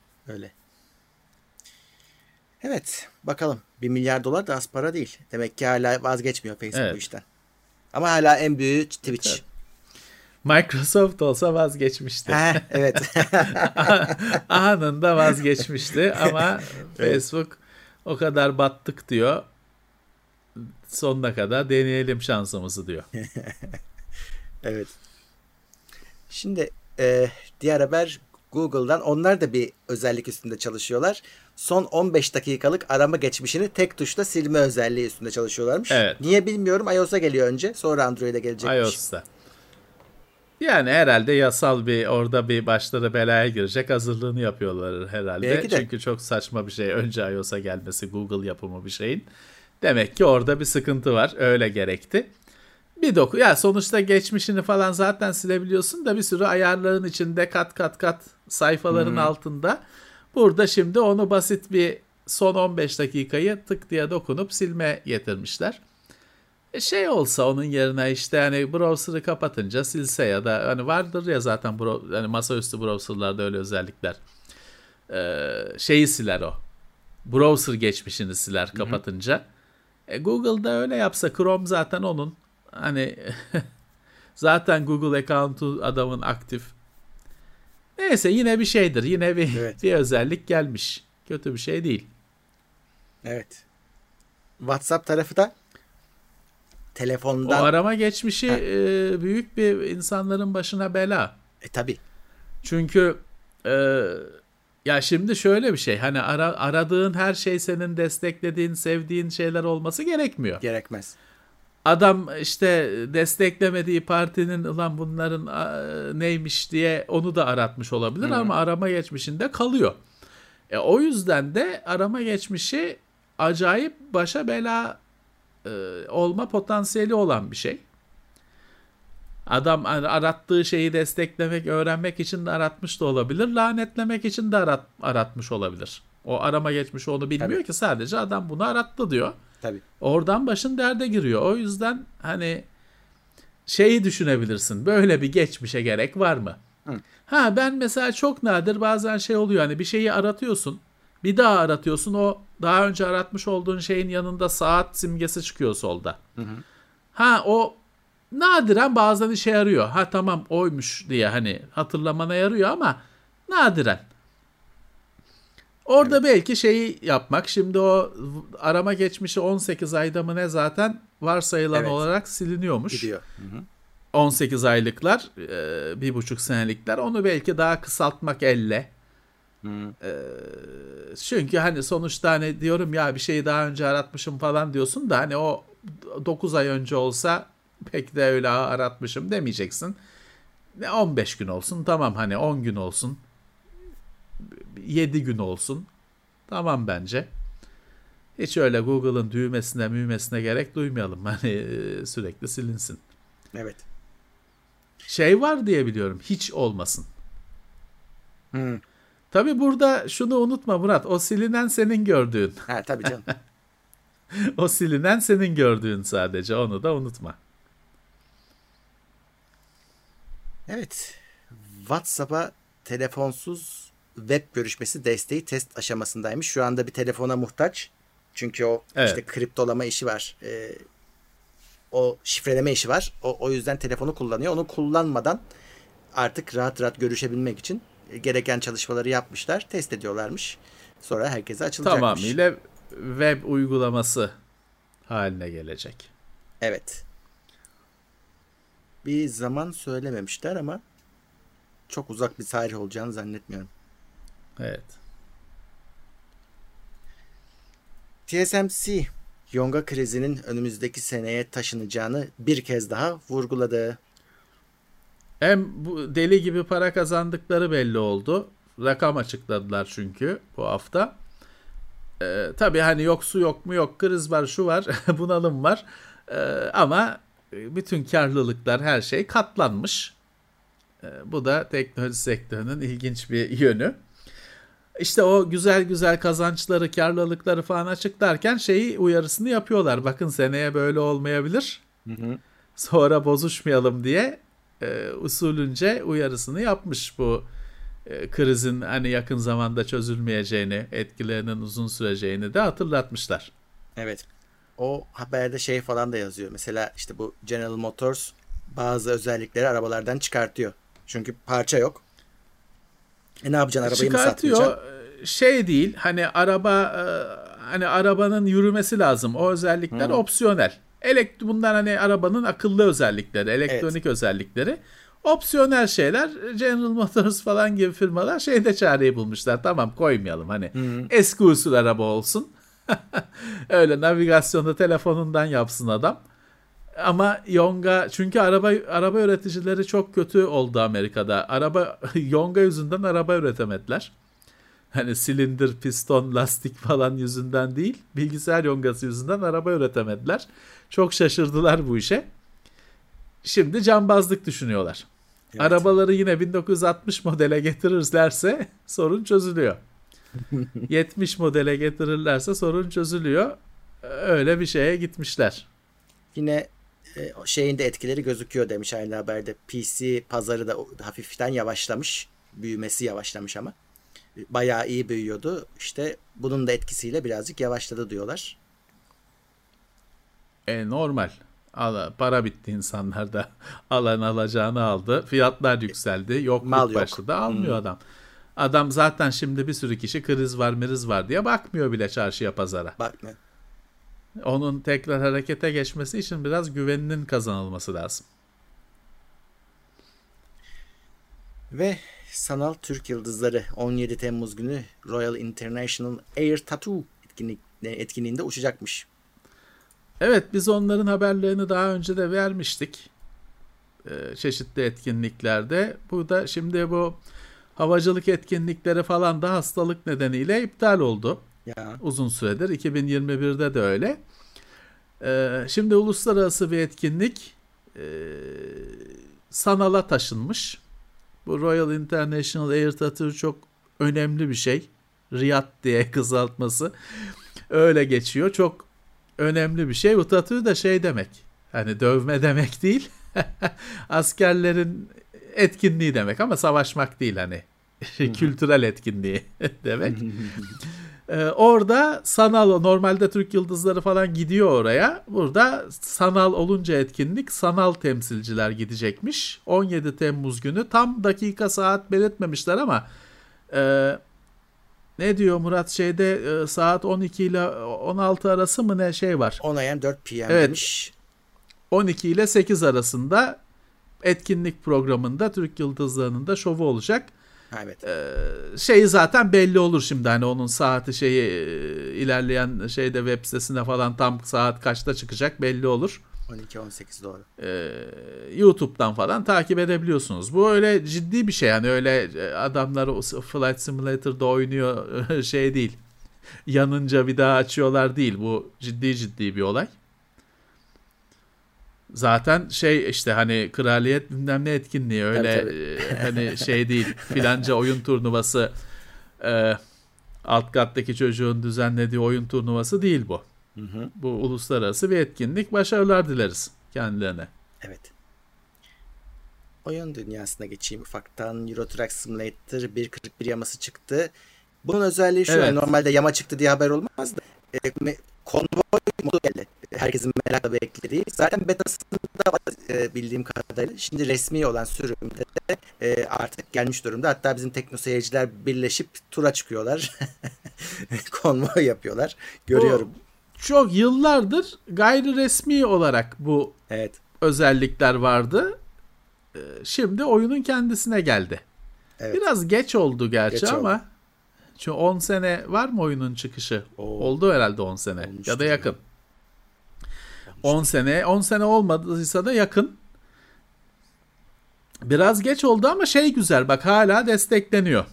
Evet, bakalım. 1 milyar dolar da az para değil. Demek ki hala vazgeçmiyor Facebook bu işten. Ama hala en büyüğü Twitch. Evet. Microsoft olsa vazgeçmişti. Evet. Anında vazgeçmişti ama Facebook o kadar battık diyor. Sonuna kadar deneyelim şansımızı diyor. Evet. Şimdi diğer haber Google'dan. Onlar da bir özellik üstünde çalışıyorlar. Son 15 dakikalık arama geçmişini tek tuşla silme özelliği üstünde çalışıyorlarmış. Evet. Niye bilmiyorum. iOS'a geliyor önce. Sonra Android'e gelecekmiş. iOS'ta. Yani herhalde yasal orada bir başları belaya girecek hazırlığını yapıyorlar herhalde. Belki de. Çünkü çok saçma bir şey. Önce iOS'a gelmesi, Google yapımı bir şeyin. Demek ki orada bir sıkıntı var. Öyle gerekti. Ya sonuçta geçmişini falan zaten silebiliyorsun da bir sürü ayarların içinde kat sayfaların altında. Burada şimdi onu basit bir son 15 dakikayı tık diye dokunup silme getirmişler. Olsa onun yerine işte hani browser'ı kapatınca silse ya da hani vardır ya zaten hani masaüstü browser'larda öyle özellikler. Siler o. Browser geçmişini siler kapatınca. Google'da öyle yapsa, Chrome zaten onun. Hani zaten Google account'u adamın aktif. Neyse yine bir şeydir. Yine bir özellik gelmiş. Kötü bir şey değil. Evet. WhatsApp tarafı da telefondan... O arama geçmişi büyük bir insanların başına bela. Tabii. Çünkü ya şimdi şöyle bir şey. Hani aradığın her şey senin desteklediğin, sevdiğin şeyler olması gerekmiyor. Gerekmez. Adam işte desteklemediği partinin ulan bunların neymiş diye onu da aratmış olabilir ama arama geçmişinde kalıyor. O yüzden de arama geçmişi acayip başa bela olma potansiyeli olan bir şey. Adam arattığı şeyi desteklemek, öğrenmek için de aratmış da olabilir. Lanetlemek için de aratmış olabilir. O arama geçmişi onu bilmiyor Tabii. ki, sadece adam bunu arattı diyor. Tabii. Oradan başın derde giriyor. O yüzden hani şeyi düşünebilirsin. Böyle bir geçmişe gerek var mı? Ha, ben mesela çok nadir bazen şey oluyor. Hani bir şeyi aratıyorsun. Bir daha aratıyorsun. O daha önce aratmış olduğun şeyin yanında saat simgesi çıkıyor solda. Ha, o nadiren bazen işe yarıyor. Ha tamam oymuş diye hani hatırlamana yarıyor ama nadiren. Orada belki şeyi yapmak. Şimdi o arama geçmişi 18 ayda mı ne zaten varsayılan olarak siliniyormuş. Gidiyor. 18 aylıklar, 1,5 senelikler. Onu belki daha kısaltmak elle. Çünkü hani sonuçta hani diyorum ya bir şeyi daha önce aratmışım falan diyorsun da hani o 9 ay önce olsa pek de öyle aratmışım demeyeceksin. 15 gün olsun tamam, hani 10 gün olsun, 7 gün olsun tamam bence. Hiç öyle Google'ın düğmesine gerek duymayalım. Hani sürekli silinsin. Evet. Şey var diye biliyorum, hiç olmasın. Tabii burada şunu unutma Murat, o silinen senin gördüğün. Ha tabii canım. O silinen senin gördüğün sadece, onu da unutma. Evet. WhatsApp'a telefonsuz web görüşmesi desteği test aşamasındaymış. Şu anda bir telefona muhtaç. Çünkü o işte kriptolama işi var. O şifreleme işi var. O yüzden telefonu kullanıyor. Onu kullanmadan artık rahat rahat görüşebilmek için gereken çalışmaları yapmışlar. Test ediyorlarmış. Sonra herkese açılacakmış. Tamamıyla web uygulaması haline gelecek. Evet. Bir zaman söylememişler ama çok uzak bir tarih olacağını zannetmiyorum. Evet. TSMC Yonga krizinin önümüzdeki seneye taşınacağını bir kez daha vurguladı. Hem bu deli gibi para kazandıkları belli oldu. Rakam açıkladılar çünkü bu hafta. Tabii hani yok su yok mu yok, kriz var, şu var, bunalım var. Ama bütün karlılıklar, her şey katlanmış. Bu da teknoloji sektörünün ilginç bir yönü. İşte o güzel güzel kazançları, karlılıkları falan açıklarken şeyi uyarısını yapıyorlar. Bakın seneye böyle olmayabilir. Sonra bozuşmayalım diye usulünce uyarısını yapmış. Bu krizin hani yakın zamanda çözülmeyeceğini, etkilerinin uzun süreceğini de hatırlatmışlar. Evet. O haberde şey falan da yazıyor. Mesela işte bu General Motors bazı özellikleri arabalardan çıkartıyor. Çünkü parça yok. Ne yapacaksın, arabayı mı satmayacaksın? Çıkartıyor. Şey değil, hani hani arabanın yürümesi lazım. O özellikler opsiyonel. Bunlar hani arabanın akıllı özellikleri, elektronik özellikleri. Opsiyonel şeyler. General Motors falan gibi firmalar şeyde çareyi bulmuşlar. Tamam, koymayalım hani. Eski usul araba olsun. Öyle navigasyonu telefonundan yapsın adam. Ama Yonga, çünkü araba üreticileri çok kötü oldu Amerika'da. Yonga yüzünden araba üretemediler. Hani silindir, piston, lastik falan yüzünden değil, bilgisayar yongası yüzünden araba üretemediler. Çok şaşırdılar bu işe. Şimdi cambazlık düşünüyorlar. Evet. Arabaları yine 1960 modele getirirlerse sorun çözülüyor. 70 modele getirirlerse sorun çözülüyor. Öyle bir şeye gitmişler. Yine şeyin de etkileri gözüküyor demiş aynı haberde. PC pazarı da hafiften yavaşlamış. Büyümesi yavaşlamış ama. Bayağı iyi büyüyordu. İşte bunun da etkisiyle birazcık yavaşladı diyorlar. Normal. Para bitti insanlarda. Alan alacağını aldı. Fiyatlar yükseldi. Yokluk başladı. Almıyor adam. Adam zaten şimdi bir sürü kişi kriz var diye bakmıyor bile çarşıya, pazara. Bakmıyor. Onun tekrar harekete geçmesi için biraz güveninin kazanılması lazım. Ve sanal Türk yıldızları 17 Temmuz günü Royal International Air Tattoo etkinliğinde uçacakmış. Evet, biz onların haberlerini daha önce de vermiştik. Çeşitli etkinliklerde. Bu da şimdi bu havacılık etkinlikleri falan da hastalık nedeniyle iptal oldu. Ya. Uzun süredir. 2021'de de öyle. Şimdi uluslararası bir etkinlik Sanal'a taşınmış. Bu Royal International Air Tattoo çok önemli bir şey. Riyad diye kısaltması. Öyle geçiyor. Çok önemli bir şey. Bu tattoo da şey demek. Hani dövme demek değil. Askerlerin etkinliği demek ama savaşmak değil hani. Kültürel etkinliği demek. Orada sanal, normalde Türk Yıldızları falan gidiyor oraya. Burada sanal olunca etkinlik, sanal temsilciler gidecekmiş. 17 Temmuz günü, tam dakika saat belirtmemişler ama ne diyor Murat, şeyde saat 12 ile 16 arası mı ne şey var? 10 AM 4 PM Evet. demiş. 12 ile 8 arasında etkinlik programında Türk Yıldızları'nın da şovu olacak. Evet. Şeyi zaten belli olur şimdi, hani onun saati şeyi ilerleyen şeyde web sitesine falan tam saat kaçta çıkacak belli olur. 12-18 doğru. YouTube'dan falan takip edebiliyorsunuz. Bu öyle ciddi bir şey, yani öyle adamlar o Flight Simulator'da oynuyor şey değil. Yanınca bir daha açıyorlar değil. Bu ciddi bir olay. Zaten şey işte hani kraliyet bilmem ne etkinliği öyle Tabii. hani şey değil, filanca oyun turnuvası, alt kattaki çocuğun düzenlediği oyun turnuvası değil bu. Hı. Bu uluslararası bir etkinlik. Başarılar dileriz kendilerine. Evet. Oyun dünyasına geçeyim ufaktan. Euro Truck Simulator 1.41 yaması çıktı. Bunun özelliği şu, Evet. normalde yama çıktı diye haber olmaz da konvoy modu geldi. Herkesin merakla beklediği. Zaten betasında var, bildiğim kadarıyla. Şimdi resmi olan sürümde de artık gelmiş durumda. Hatta bizim tekno seyirciler birleşip tura çıkıyorlar. Konvoy yapıyorlar. Görüyorum. Çok yıllardır gayri resmi olarak bu Evet. özellikler vardı. Şimdi oyunun kendisine geldi. Evet. Biraz geç oldu gerçi Geç ama oldu. çünkü 10 sene var mı oyunun çıkışı? Oo. Oldu herhalde 10 sene Olmuştur ya da ya. yakın. 10 sene olmadıysa da yakın. Biraz geç oldu ama şey güzel, bak hala destekleniyor.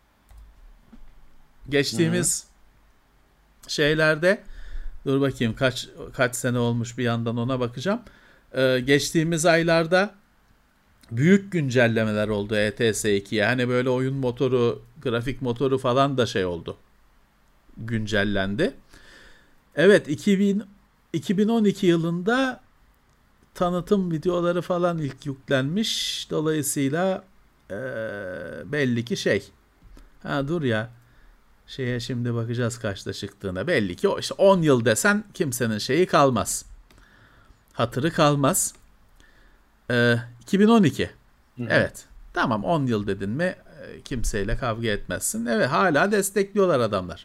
Geçtiğimiz şeylerde, dur bakayım kaç sene olmuş, bir yandan ona bakacağım. Geçtiğimiz aylarda büyük güncellemeler oldu ETS2'ye. Hani böyle oyun motoru, grafik motoru falan da şey oldu. Güncellendi. Evet, 2012 yılında tanıtım videoları falan ilk yüklenmiş. Dolayısıyla belli ki şey. Dur ya. Şeye şimdi bakacağız kaçta çıktığına. Belli ki o işte 10 yıl desen kimsenin şeyi kalmaz. Hatırı kalmaz. 2012. Evet. Tamam, 10 yıl dedin mi kimseyle kavga etmezsin. Evet, hala destekliyorlar adamlar.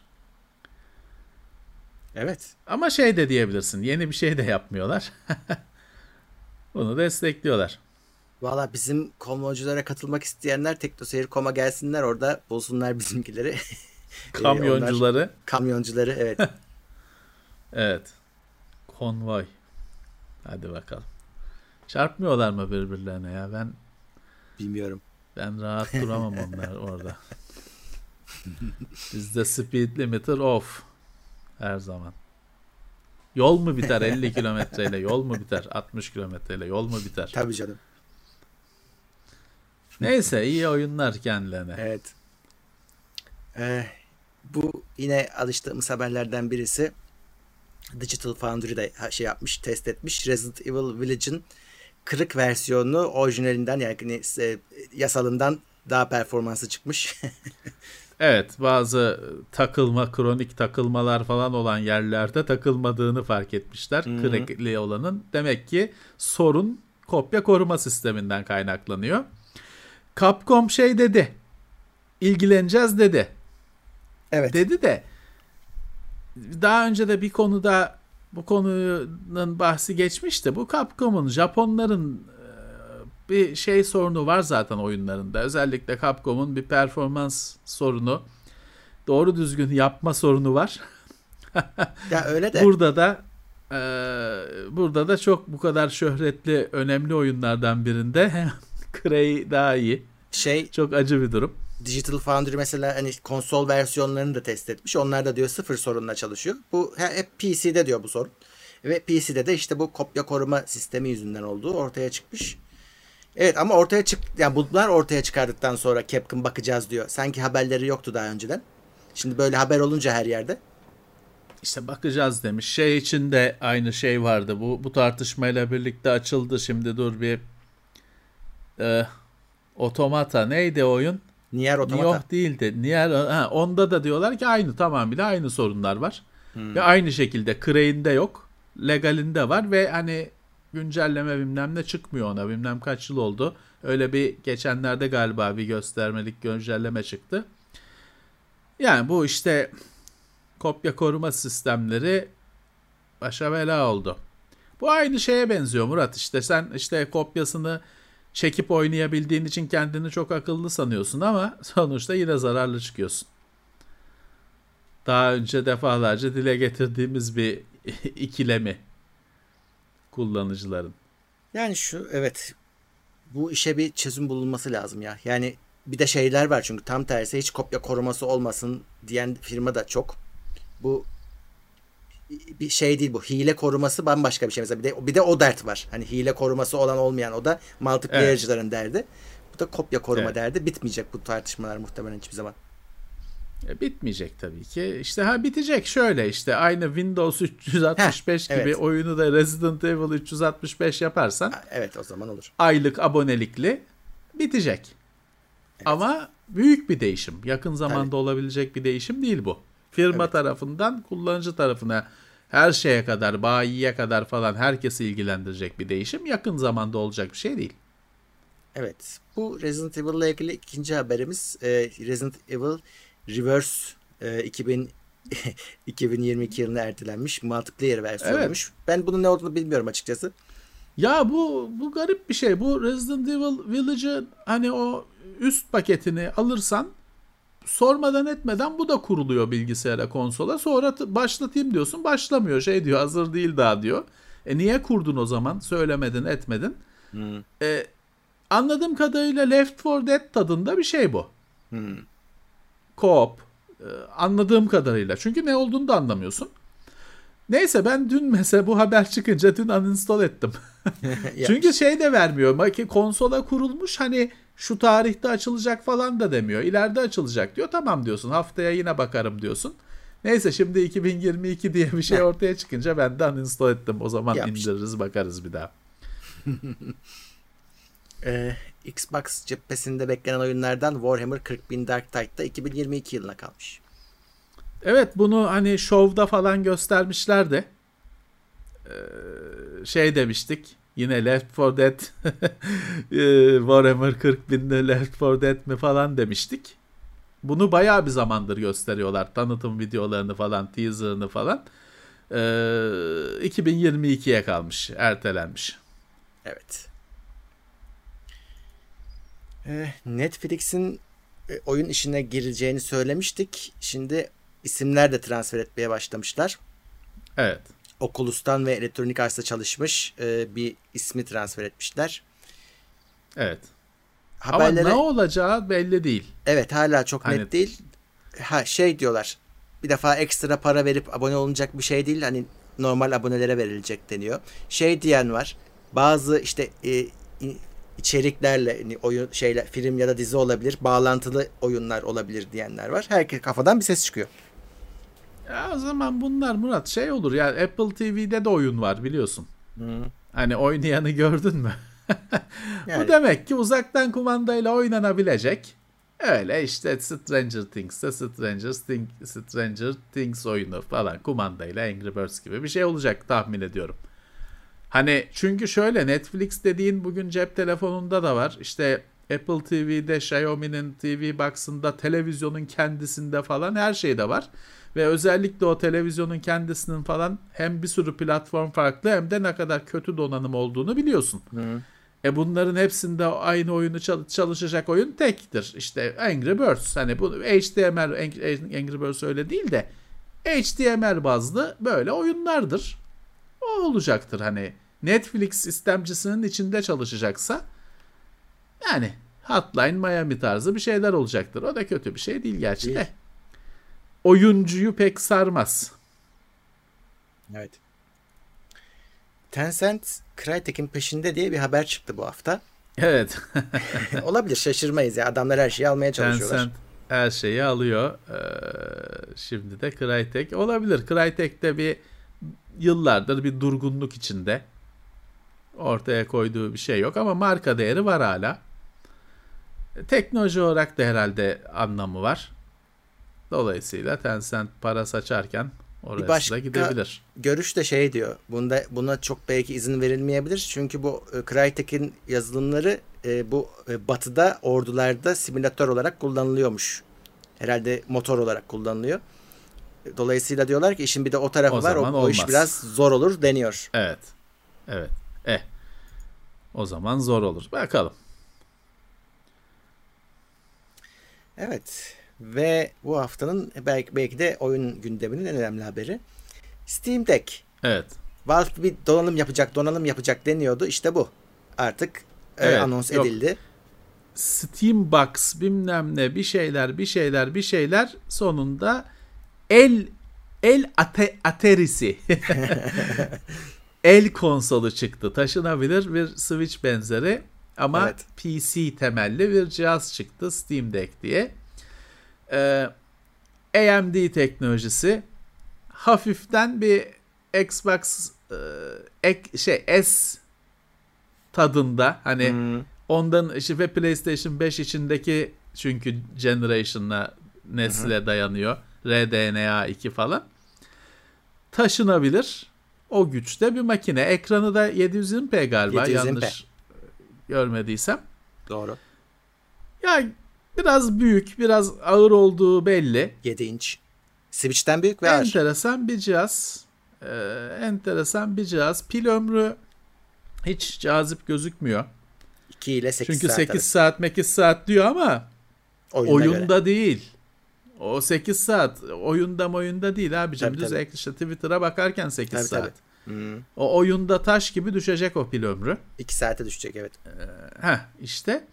Evet. Ama şey de diyebilirsin. Yeni bir şey de yapmıyorlar. Bunu destekliyorlar. Valla bizim konvoyculara katılmak isteyenler teknoseyir.com'a gelsinler, orada bulsunlar bizimkileri. Kamyoncuları. Onlar, kamyoncuları evet. Evet. Konvoy. Hadi bakalım. Çarpmıyorlar mı birbirlerine ya? Bilmiyorum. Ben rahat duramam onlar orada. Bizde speed limiter off. Her zaman. Yol mu biter 50 kilometreyle? Yol mu biter 60 kilometreyle? Yol mu biter? Tabii canım. Neyse, iyi oyunlar kendilerine. Evet. Bu yine alıştığımız haberlerden birisi. Digital Foundry de şey yapmış, test etmiş. Resident Evil Village'ın kırık versiyonu orijinalinden, yani yasalından daha performanslı çıkmış. Evet, bazı kronik takılmalar falan olan yerlerde takılmadığını fark etmişler. Crackli olanın. Demek ki sorun kopya koruma sisteminden kaynaklanıyor. Capcom şey dedi. İlgileneceğiz dedi. Evet. Dedi de daha önce de bir konuda bu konunun bahsi geçmişti. Bu Capcom'un, Japonların bir şey sorunu var zaten oyunlarında. Özellikle Capcom'un bir performans sorunu, doğru düzgün yapma sorunu var. Ya öyle de. Burada da burada da çok bu kadar şöhretli, önemli oyunlardan birinde Cray daha iyi. Çok acı bir durum. Digital Foundry mesela hani konsol versiyonlarını da test etmiş. Onlar da diyor sıfır sorunla çalışıyor. Bu hep PC'de diyor bu sorun. Ve PC'de de işte bu kopya koruma sistemi yüzünden olduğu ortaya çıkmış. Evet ama yani bunlar ortaya çıkardıktan sonra Capcom bakacağız diyor. Sanki haberleri yoktu daha önceden. Şimdi böyle haber olunca her yerde. İşte bakacağız demiş. Şey için de aynı şey vardı. Bu tartışmayla birlikte açıldı. Şimdi dur bir Automata neydi oyun? Nier Automata. Yok değildi. Nier, onda da diyorlar ki tamamıyla aynı sorunlar var. Ve aynı şekilde Cray'inde yok. Legalinde var ve hani güncelleme bilmem ne çıkmıyor ona. Bilmem kaç yıl oldu. Öyle bir geçenlerde galiba bir göstermelik güncelleme çıktı. Yani bu işte kopya koruma sistemleri başa bela oldu. Bu aynı şeye benziyor Murat. İşte sen işte kopyasını çekip oynayabildiğin için kendini çok akıllı sanıyorsun ama sonuçta yine zararlı çıkıyorsun. Daha önce defalarca dile getirdiğimiz bir ikilemi kullanıcıların. Yani evet bu işe bir çözüm bulunması lazım ya. Yani bir de şeyler var çünkü tam tersi hiç kopya koruması olmasın diyen firma da çok. Bu bir şey değil bu. Hile koruması bambaşka bir şey. Mesela bir de o dert var. Hani hile koruması olan olmayan o da multiplayer'cıların derdi. Bu da kopya koruma derdi. Bitmeyecek bu tartışmalar muhtemelen hiçbir zaman. Bitmeyecek tabii ki. İşte bitecek şöyle işte aynı Windows 365 gibi oyunu da Resident Evil 365 yaparsan. Evet o zaman olur. Aylık abonelikli bitecek. Evet. Ama büyük bir değişim. Yakın zamanda olabilecek bir değişim değil bu. Firma tarafından kullanıcı tarafına her şeye kadar, bayiye kadar falan herkesi ilgilendirecek bir değişim. Yakın zamanda olacak bir şey değil. Evet. Bu Resident Evil ile ilgili ikinci haberimiz Resident Evil Reverse 2022 yılına ertelenmiş multiplayer versiyonuymuş. Evet. Ben bunun ne olduğunu bilmiyorum açıkçası. Ya bu garip bir şey. Bu Resident Evil Village'ın hani o üst paketini alırsan sormadan etmeden bu da kuruluyor bilgisayara, konsola. Sonra başlatayım diyorsun. Başlamıyor. Diyor hazır değil daha diyor. Niye kurdun o zaman? Söylemedin, etmedin. Anladığım kadarıyla Left 4 Dead tadında bir şey bu. Co-op. Anladığım kadarıyla. Çünkü ne olduğunu da anlamıyorsun. Neyse ben dün mesela bu haber çıkınca dün uninstall ettim. Çünkü de vermiyor. Konsola kurulmuş hani şu tarihte açılacak falan da demiyor. İleride açılacak diyor. Tamam diyorsun. Haftaya yine bakarım diyorsun. Neyse şimdi 2022 diye bir şey ortaya çıkınca ben de uninstall ettim. O zaman indiririz bakarız bir daha. Xbox cephesinde beklenen oyunlardan Warhammer 40.000 Dark Tide'da 2022 yılına kalmış. Evet bunu hani şovda falan göstermişlerdi. Demiştik. Yine Left 4 Dead Warhammer 40.000'de Left 4 Dead mi falan demiştik. Bunu bayağı bir zamandır gösteriyorlar. Tanıtım videolarını falan, teaser'ını falan. 2022'ye kalmış. Ertelenmiş. Evet. Netflix'in oyun işine gireceğini söylemiştik. Şimdi isimler de transfer etmeye başlamışlar. Evet. Oculus'tan ve Electronic Arts'ta çalışmış bir ismi transfer etmişler. Evet. Ama ne olacağı belli değil. Evet hala çok net değil. Diyorlar. Bir defa ekstra para verip abone olunacak bir şey değil. Hani normal abonelere verilecek deniyor. Diyen var. Bazı işte içeriklerle oyun film ya da dizi olabilir. Bağlantılı oyunlar olabilir diyenler var. Herkes kafadan bir ses çıkıyor. Ya o zaman bunlar Murat olur ya Apple TV'de de oyun var biliyorsun. Hani oynayanı gördün mü? Yani. Bu demek ki uzaktan kumandayla oynanabilecek. Öyle işte Stranger Things'te Stranger Things oyunu falan kumandayla Angry Birds gibi bir şey olacak tahmin ediyorum. Hani çünkü şöyle Netflix dediğin bugün cep telefonunda da var. İşte Apple TV'de, Xiaomi'nin TV Box'ında, televizyonun kendisinde falan her şeyde var. Ve özellikle o televizyonun kendisinin falan hem bir sürü platform farklı hem de ne kadar kötü donanım olduğunu biliyorsun. Bunların hepsinde aynı oyunu çalışacak oyun tektir. İşte Angry Birds. Hani bu HTML Angry Birds öyle değil de HTML bazlı böyle oyunlardır. olacaktır. Hani Netflix istemcisinin içinde çalışacaksa yani Hotline Miami tarzı bir şeyler olacaktır. O da kötü bir şey değil gerçi de. Oyuncuyu pek sarmaz. Evet. Tencent Crytek'in peşinde diye bir haber çıktı bu hafta. Evet. Olabilir, şaşırmayız ya. Adamlar her şeyi almaya çalışıyorlar. Tencent her şeyi alıyor. Şimdi de Crytek olabilir. Crytek'te bir yıllardır bir durgunluk içinde. Ortaya koyduğu bir şey yok ama marka değeri var hala. Teknoloji olarak da herhalde anlamı var. Dolayısıyla Tencent para saçarken oraya da gidebilir. Görüş de şey diyor. Buna çok belki izin verilmeyebilir. Çünkü bu Crytek'in yazılımları bu batıda ordularda simülatör olarak kullanılıyormuş. Herhalde motor olarak kullanılıyor. Dolayısıyla diyorlar ki işin bir de o tarafı var. O iş biraz zor olur deniyor. Evet. Evet. O zaman zor olur. Bakalım. Evet. Ve bu haftanın belki de oyun gündeminin en önemli haberi. Steam Deck. Evet. Valve bir donanım yapacak deniyordu. İşte bu. Artık anons edildi. Steam Box bilmem ne bir şeyler sonunda Aterisi el konsolu çıktı. Taşınabilir bir Switch benzeri ama PC temelli bir cihaz çıktı, Steam Deck diye. AMD teknolojisi, hafiften bir Xbox S tadında, hani ondan işte ve PlayStation 5 içindeki, çünkü generation'la nesile dayanıyor. RDNA 2 falan. Taşınabilir. O güçte bir makine. Ekranı da 720p galiba. 720p. Yanlış görmediysem. Doğru. Ya biraz büyük, biraz ağır olduğu belli. 7 inç. Switch'ten büyük ve ağır. Enteresan bir cihaz. Pil ömrü hiç cazip gözükmüyor. 2 ile 8 Çünkü saat. 8 saat diyor ama oyunda göre değil. O 8 saat oyunda değil abicim. Tabii, Düz tabii. işte Twitter'a bakarken 8 saat. Tabii. O oyunda taş gibi düşecek o pil ömrü. 2 saate düşecek, evet. İşte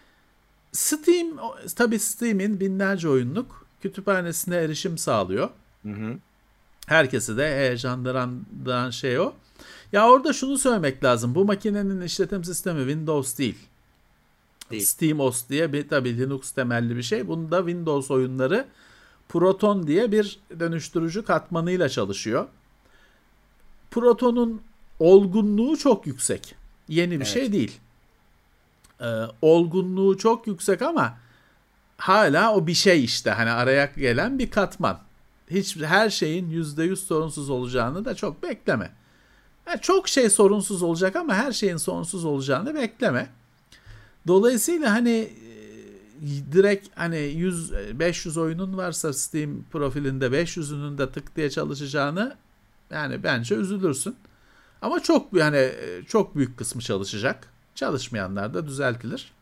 tabii Steam'in binlerce oyunluk kütüphanesine erişim sağlıyor. Herkesi de heyecanlandıran şey o. Ya orada şunu söylemek lazım. Bu makinenin işletim sistemi Windows değil. SteamOS diye tabii Linux temelli bir şey. Bunda Windows oyunları Proton diye bir dönüştürücü katmanıyla çalışıyor. Proton'un olgunluğu çok yüksek. Yeni bir şey değil. Olgunluğu çok yüksek ama hala o bir şey işte. Hani araya gelen bir katman. Her şeyin %100 sorunsuz olacağını da çok bekleme. Çok şey sorunsuz olacak ama her şeyin sorunsuz olacağını bekleme. Dolayısıyla hani direkt hani 100-500 oyunun varsa Steam profilinde 500'ünün de tık diye çalışacağını, yani bence üzülürsün. Ama çok büyük kısmı çalışacak. Çalışmayanlar da düzeltilir.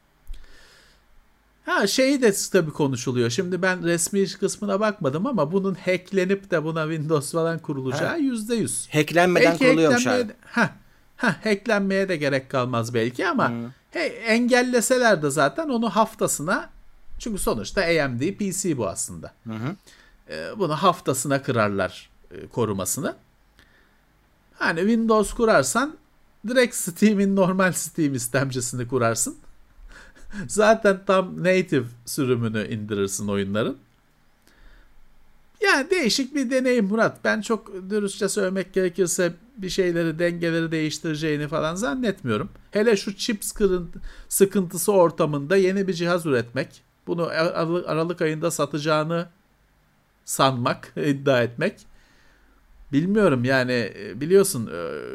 Şeyi de tabii konuşuluyor. Şimdi ben resmi kısmına bakmadım ama bunun hacklenip de buna Windows falan kurulacağı %100. Hacklenmeden kuruluyormuş abi. Hacklenmeye de gerek kalmaz belki ama engelleseler de zaten onu haftasına, çünkü sonuçta AMD PC bu aslında. Bunu haftasına kırarlar korumasını. Hani Windows kurarsan direkt Steam'in normal Steam istemcisini kurarsın. Zaten tam native sürümünü indirirsin oyunların. Yani değişik bir deneyim Murat. Ben çok dürüstçe söylemek gerekirse bir şeyleri, dengeleri değiştireceğini falan zannetmiyorum. Hele şu çip sıkıntısı ortamında yeni bir cihaz üretmek, bunu Aralık ayında satacağını sanmak, iddia etmek, bilmiyorum yani, biliyorsun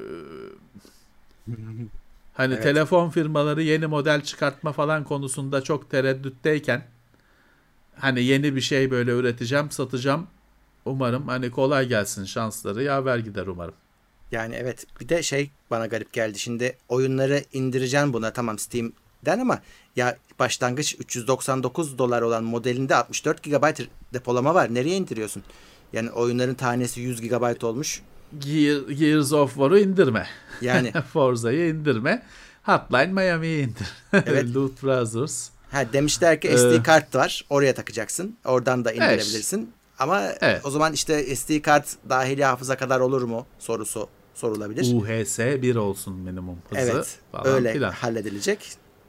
hani telefon firmaları yeni model çıkartma falan konusunda çok tereddütteyken, hani yeni bir şey böyle üreteceğim, satacağım, umarım hani kolay gelsin, şansları yaver gider umarım. Yani evet, bir de bana garip geldi. Şimdi oyunları indireceğim buna, tamam Steam'den, ama ya başlangıç $399 olan modelinde 64 GB depolama var. Nereye indiriyorsun? Yani oyunların tanesi 100 GB olmuş. Gears of War'u indirme. Yani. Forza'yı indirme. Hotline Miami'yi indir. Evet. Loot Brothers. Demişler ki SD kart var. Oraya takacaksın. Oradan da indirebilirsin. Evet. Ama evet. O zaman işte SD kart dahili hafıza kadar olur mu sorusu sorulabilir. UHS 1 olsun minimum hızı. Evet. Falan öyle filan. halledilecek.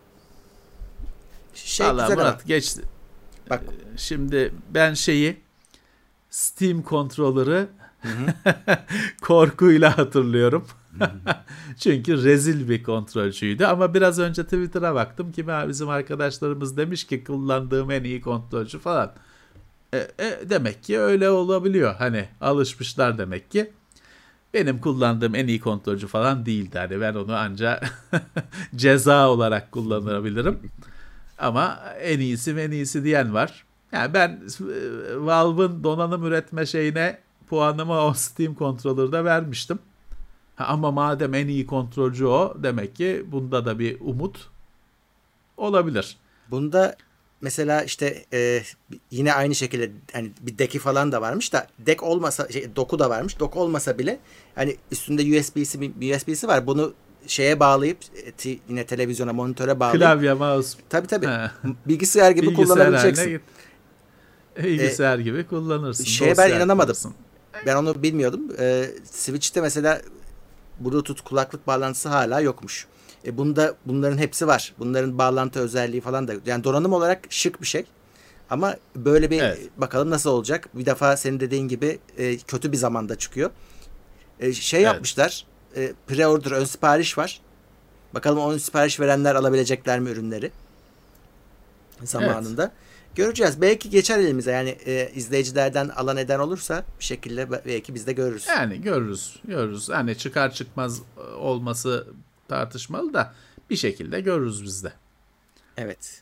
Vallahi güzel Murat ama. geçti. Bak. Şimdi ben Steam controller'ı korkuyla hatırlıyorum. Çünkü rezil bir kontrolcüydü. Ama biraz önce Twitter'a baktım ki bizim arkadaşlarımız demiş ki kullandığım en iyi kontrolcü falan. Demek ki öyle olabiliyor. Hani alışmışlar demek ki. Benim kullandığım en iyi kontrolcü falan değildi. Hani ben onu ancak ceza olarak kullanabilirim. Ama en iyisi diyen var. Yani ben Valve'ın donanım üretme şeyine puanımı o Steam Controller'da vermiştim. Ama madem en iyi kontrolcü o, demek ki bunda da bir umut olabilir. Bunda mesela işte yine aynı şekilde hani bir deck'i falan da varmış da deck olmasa doku da varmış. Dock olmasa bile hani üstünde USB'si var. Bunu şeye bağlayıp yine televizyona, monitöre bağlayıp klavye, mouse. Tabii. Bilgisayar gibi kullanabileceksin. Bilgisayar gibi kullanırsın. Ben inanamadım. Ben onu bilmiyordum. Switch'te mesela Bluetooth kulaklık bağlantısı hala yokmuş. Bunda bunların hepsi var. Bunların bağlantı özelliği falan da. Yani donanım olarak şık bir şey. Ama böyle bir bakalım nasıl olacak. Bir defa senin dediğin gibi kötü bir zamanda çıkıyor. Yapmışlar. Pre-order, ön sipariş var. Bakalım ön sipariş verenler alabilecekler mi ürünleri zamanında. Göreceğiz. Belki geçer elimize. Yani izleyicilerden alan eden olursa bir şekilde belki biz de görürüz. Yani görürüz. Hani çıkar çıkmaz olması tartışmalı da bir şekilde görürüz biz de. Evet.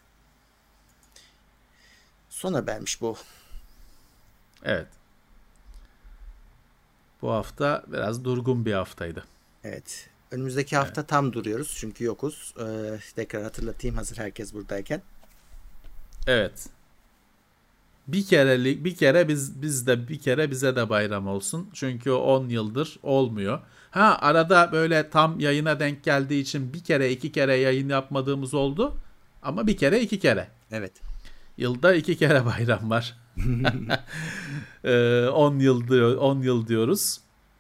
Son habermiş bu. Evet. Bu hafta biraz durgun bir haftaydı. Evet. Önümüzdeki hafta tam duruyoruz çünkü yokuz. Tekrar hatırlatayım hazır herkes buradayken. Evet. Bir kere bize de bayram olsun. Çünkü 10 yıldır olmuyor. Arada böyle tam yayına denk geldiği için bir kere 2 kere yayın yapmadığımız oldu. Ama bir kere 2 kere. Evet. Yılda 2 kere bayram var. 10 yıl diyoruz.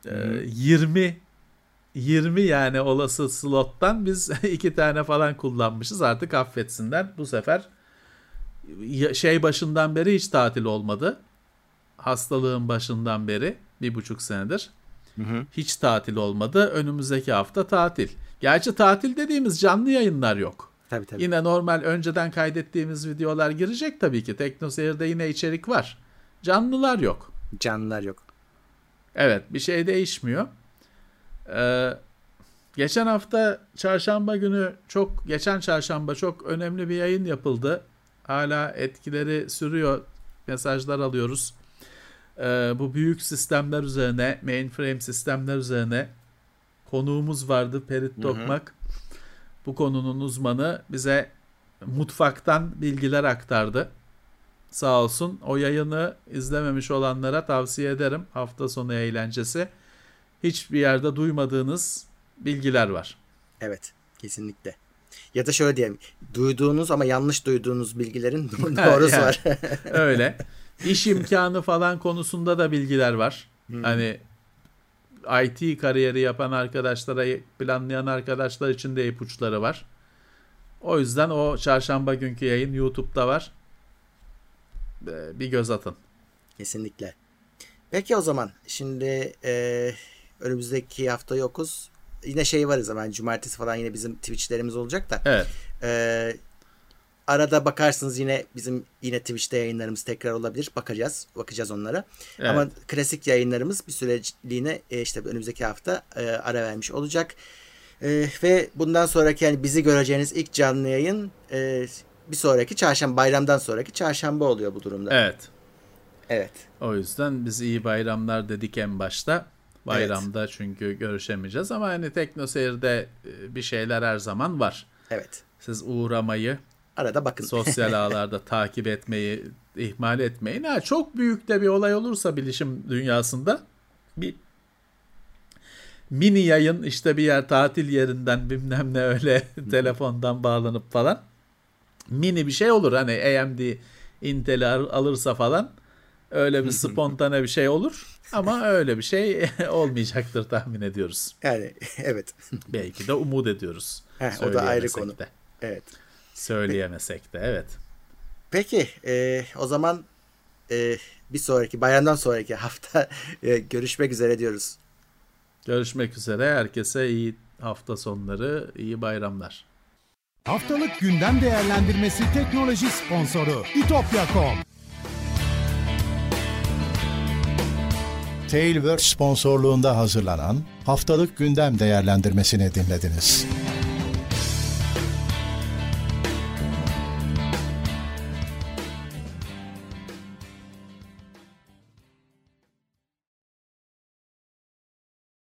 20 yani olası slottan biz 2 tane falan kullanmışız. Artık affetsinler. Bu sefer başından beri hiç tatil olmadı. Hastalığın başından beri 1,5 senedir. Hiç tatil olmadı. Önümüzdeki hafta tatil. Gerçi tatil dediğimiz canlı yayınlar yok. Tabii. Yine normal önceden kaydettiğimiz videolar girecek tabii ki. TeknoSeyir'de yine içerik var. Canlılar yok. Evet, bir şey değişmiyor. Geçen çarşamba çok önemli bir yayın yapıldı. Hala etkileri sürüyor. Mesajlar alıyoruz. Bu büyük sistemler üzerine, mainframe sistemler üzerine konuğumuz vardı, Perit Tokmak. Bu konunun uzmanı bize mutfaktan bilgiler aktardı. Sağ olsun. O yayını izlememiş olanlara tavsiye ederim. Hafta sonu eğlencesi. Hiçbir yerde duymadığınız bilgiler var. Evet, kesinlikle. Ya da şöyle diyelim, duyduğunuz ama yanlış duyduğunuz bilgilerin doğrusu yani, var. Öyle. İş imkanı falan konusunda da bilgiler var. Hani IT kariyeri yapan arkadaşlara, planlayan arkadaşlar için de ipuçları var. O yüzden o çarşamba günkü yayın YouTube'da var. Bir göz atın. Kesinlikle. Peki o zaman şimdi önümüzdeki hafta yokuz. Yine varız ama cumartesi falan yine bizim Twitch'lerimiz olacak da. Evet. Arada bakarsınız yine Twitch'te yayınlarımız tekrar olabilir. Bakacağız onlara. Evet. Ama klasik yayınlarımız bir süreliğine işte önümüzdeki hafta ara vermiş olacak. Ve bundan sonraki yani bizi göreceğiniz ilk canlı yayın bir sonraki çarşamba, bayramdan sonraki çarşamba oluyor bu durumda. Evet. O yüzden biz iyi bayramlar dedik en başta. Bayramda çünkü görüşemeyeceğiz ama hani TeknoSeyir'de bir şeyler her zaman var. Evet. Siz uğramayı, arada bakın. Sosyal ağlarda takip etmeyi ihmal etmeyin. Çok büyük de bir olay olursa bilişim dünyasında bir mini yayın işte bir yer tatil yerinden bilmem ne öyle telefondan bağlanıp falan mini bir şey olur. Hani AMD Intel'i alırsa falan öyle bir spontane bir şey olur. Ama öyle bir şey olmayacaktır tahmin ediyoruz. Yani evet. Belki de umut ediyoruz. O da ayrı konu. De. Evet. Söyleyemesek de evet. Peki o zaman bir sonraki bayramdan sonraki hafta görüşmek üzere diyoruz. Görüşmek üzere. Herkese iyi hafta sonları, iyi bayramlar. Haftalık gündem değerlendirmesi teknoloji sponsoru itopya.com. Tailwords sponsorluğunda hazırlanan haftalık gündem değerlendirmesini dinlediniz.